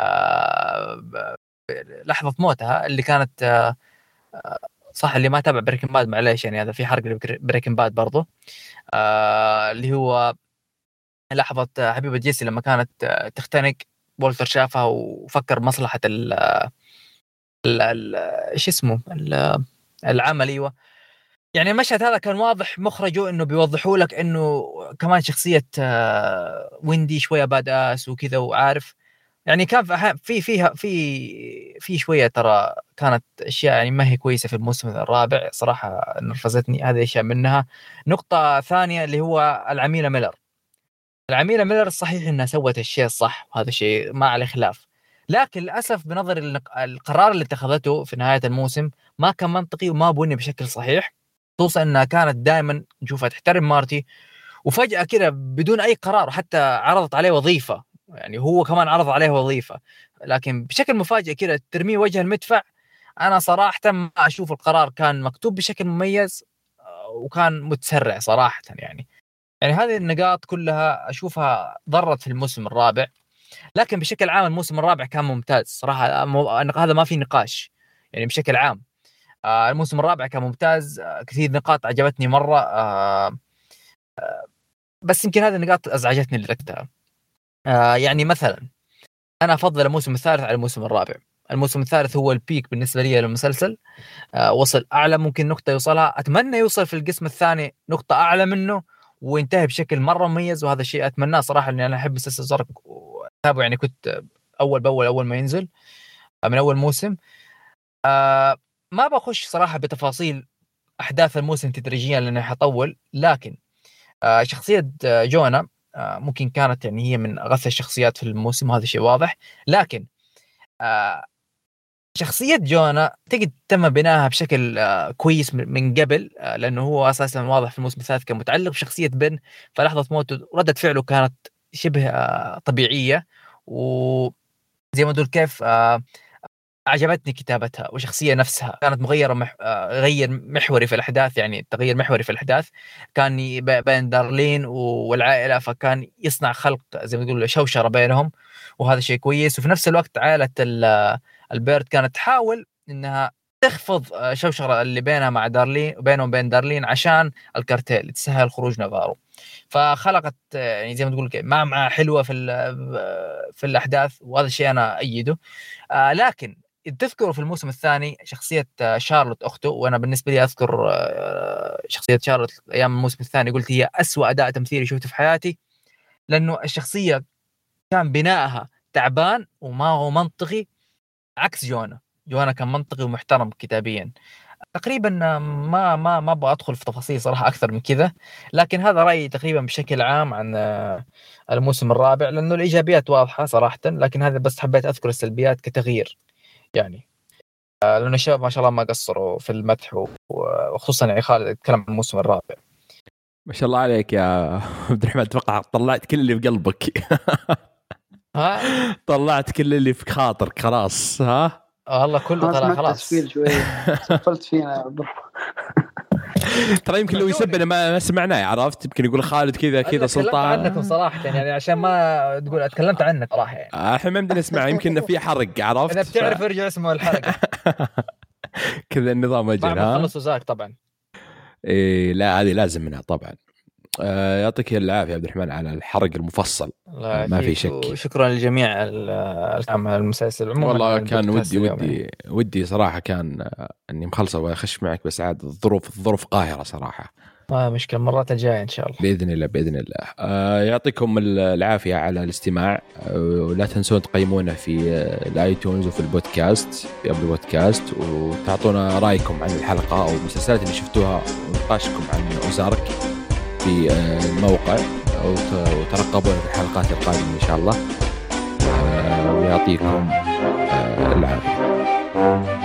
لحظة موتها اللي كانت صح. اللي ما تابع بريكنج باد معليش، يعني هذا في حرق بريكنج باد برضو. اللي هو لحظة حبيبة جيسي لما كانت تختنق، والتر شافها وفكر مصلحة ايش اسمه العمل. ايوه، يعني المشهد هذا كان واضح مخرجه انه بيوضحوا لك انه كمان شخصية ويندي شوية باداس وكذا، وعارف يعني كان في شوية ترى كانت اشياء يعني ما هي كويسة في الموسم الرابع صراحة، نرفزتني هذه اشياء منها. نقطة ثانية اللي هو العميلة ميلر صحيح انها سوت الشيء الصح، وهذا شيء ما عليه خلاف، لكن للاسف بنظر القرار اللي اتخذته في نهاية الموسم ما كان منطقي وما بني بشكل صحيح. خصوصا انها كانت دائما نشوفها تحترم مارتي، وفجأة كده بدون اي قرار حتى عرضت عليه وظيفة، يعني هو كمان عرض عليه وظيفة، لكن بشكل مفاجئ كده ترميه وجه المدفع. انا صراحة ما اشوف القرار كان مكتوب بشكل مميز، وكان متسرع صراحة. يعني هذه النقاط كلها اشوفها ضرت في الموسم الرابع، لكن بشكل عام الموسم الرابع كان ممتاز صراحة، هذا ما في نقاش. يعني بشكل عام الموسم الرابع كان ممتاز، كثير نقاط عجبتني مرة، بس يمكن هذه النقاط أزعجتني اللي ذكرتها. يعني مثلا أنا أفضل الموسم الثالث على الموسم الرابع. الموسم الثالث هو البيك بالنسبة لي للمسلسل، وصل أعلى ممكن نقطة يوصلها، أتمنى يوصل في القسم الثاني نقطة أعلى منه وينتهي بشكل مرة مميز، وهذا الشيء أتمناه صراحة، لأن أنا أحب مسلسل زرق وأتابعه، يعني كنت أول بأول أول ما ينزل. من اول موسم. ما بخش صراحه بتفاصيل احداث الموسم تدريجيا لانه حطول، لكن شخصيه جونا ممكن كانت يعني هي من اغث الشخصيات في الموسم، وهذا شيء واضح. لكن شخصية جونا تجد تم بناءها بشكل كويس من قبل، لأنه هو أساسا واضح في الموسم الثالث كان متعلق بشخصية بن، فلحظة موته ردة فعله كانت شبه طبيعية، وزي ما تقول كيف عجبتني كتابتها، وشخصية نفسها كانت مغيرة غير محوري في الأحداث، يعني تغيير محوري في الأحداث كان بين دارلين والعائلة، فكان يصنع خلق زي ما تقول شوشرة بينهم، وهذا شيء كويس. وفي نفس الوقت عائلة البيرد كانت تحاول انها تخفض شوشرة اللي بينها مع دارلين وبينهم وبين دارلين عشان الكارتيل تسهل خروج نافارو، فخلقت يعني زي ما تقول معمعة حلوة في الأحداث، وهذا الشيء أنا أيده. لكن تذكروا في الموسم الثاني شخصية شارلوت أخته، وأنا بالنسبة لي أذكر شخصية شارلوت أيام الموسم الثاني قلت هي أسوأ أداء تمثيلي شفته في حياتي، لأنه الشخصية كان بنائها تعبان وما هو منطقي، عكس جونا كان منطقي ومحترم كتابيا. تقريبا ما ابغى ادخل في تفاصيل صراحه اكثر من كذا، لكن هذا رايي تقريبا بشكل عام عن الموسم الرابع، لانه الايجابيات واضحه صراحه، لكن هذا بس حبيت اذكر السلبيات كتغيير يعني، لانه الشباب ما شاء الله ما قصروا في المدح، وخصوصا يعني خالد يتكلم عن الموسم الرابع. ما شاء الله عليك يا عبد الرحمن، اتوقع طلعت كل اللي في قلبك. طلعت كل اللي في خاطرك خلاص. والله كله طلع خلاص. سفلت فينا يا عبد الرحمن. ترى يمكن لو يسبنا ما سمعناه، عرفت؟ يمكن يقول خالد كذا سلطان عنكم صراحه يعني عشان ما تقول اتكلمت عنك صراحه يعني. احنا ما بدنا نسمع، يمكن في حرق، عرفت؟ اذا بتعرف ارجع اسمه الحلقه. كذا النظام اجل. ما خلصوا زاك طبعا. إيه لا هذه لازم منها طبعا. يعطيك العافيه عبد الرحمن على الحرق المفصل، ما في شك. شكرا للجميع المسلسل عموما. والله كان ودي صراحه كان اني مخلصه واخش معك، بس عاد الظروف قاهره صراحه. ما مشكله، مرات الجايه ان شاء الله باذن الله. يعطيكم العافيه على الاستماع، ولا تنسون تقيمونا في الايتونز وفي البودكاست في ابل بودكاست، وتعطونا رايكم عن الحلقه او المسلسلات اللي شفتوها، ونقاشكم عن أوزارك في الموقع، وترقبونا في الحلقات القادمة إن شاء الله. ويعطيكم العافية.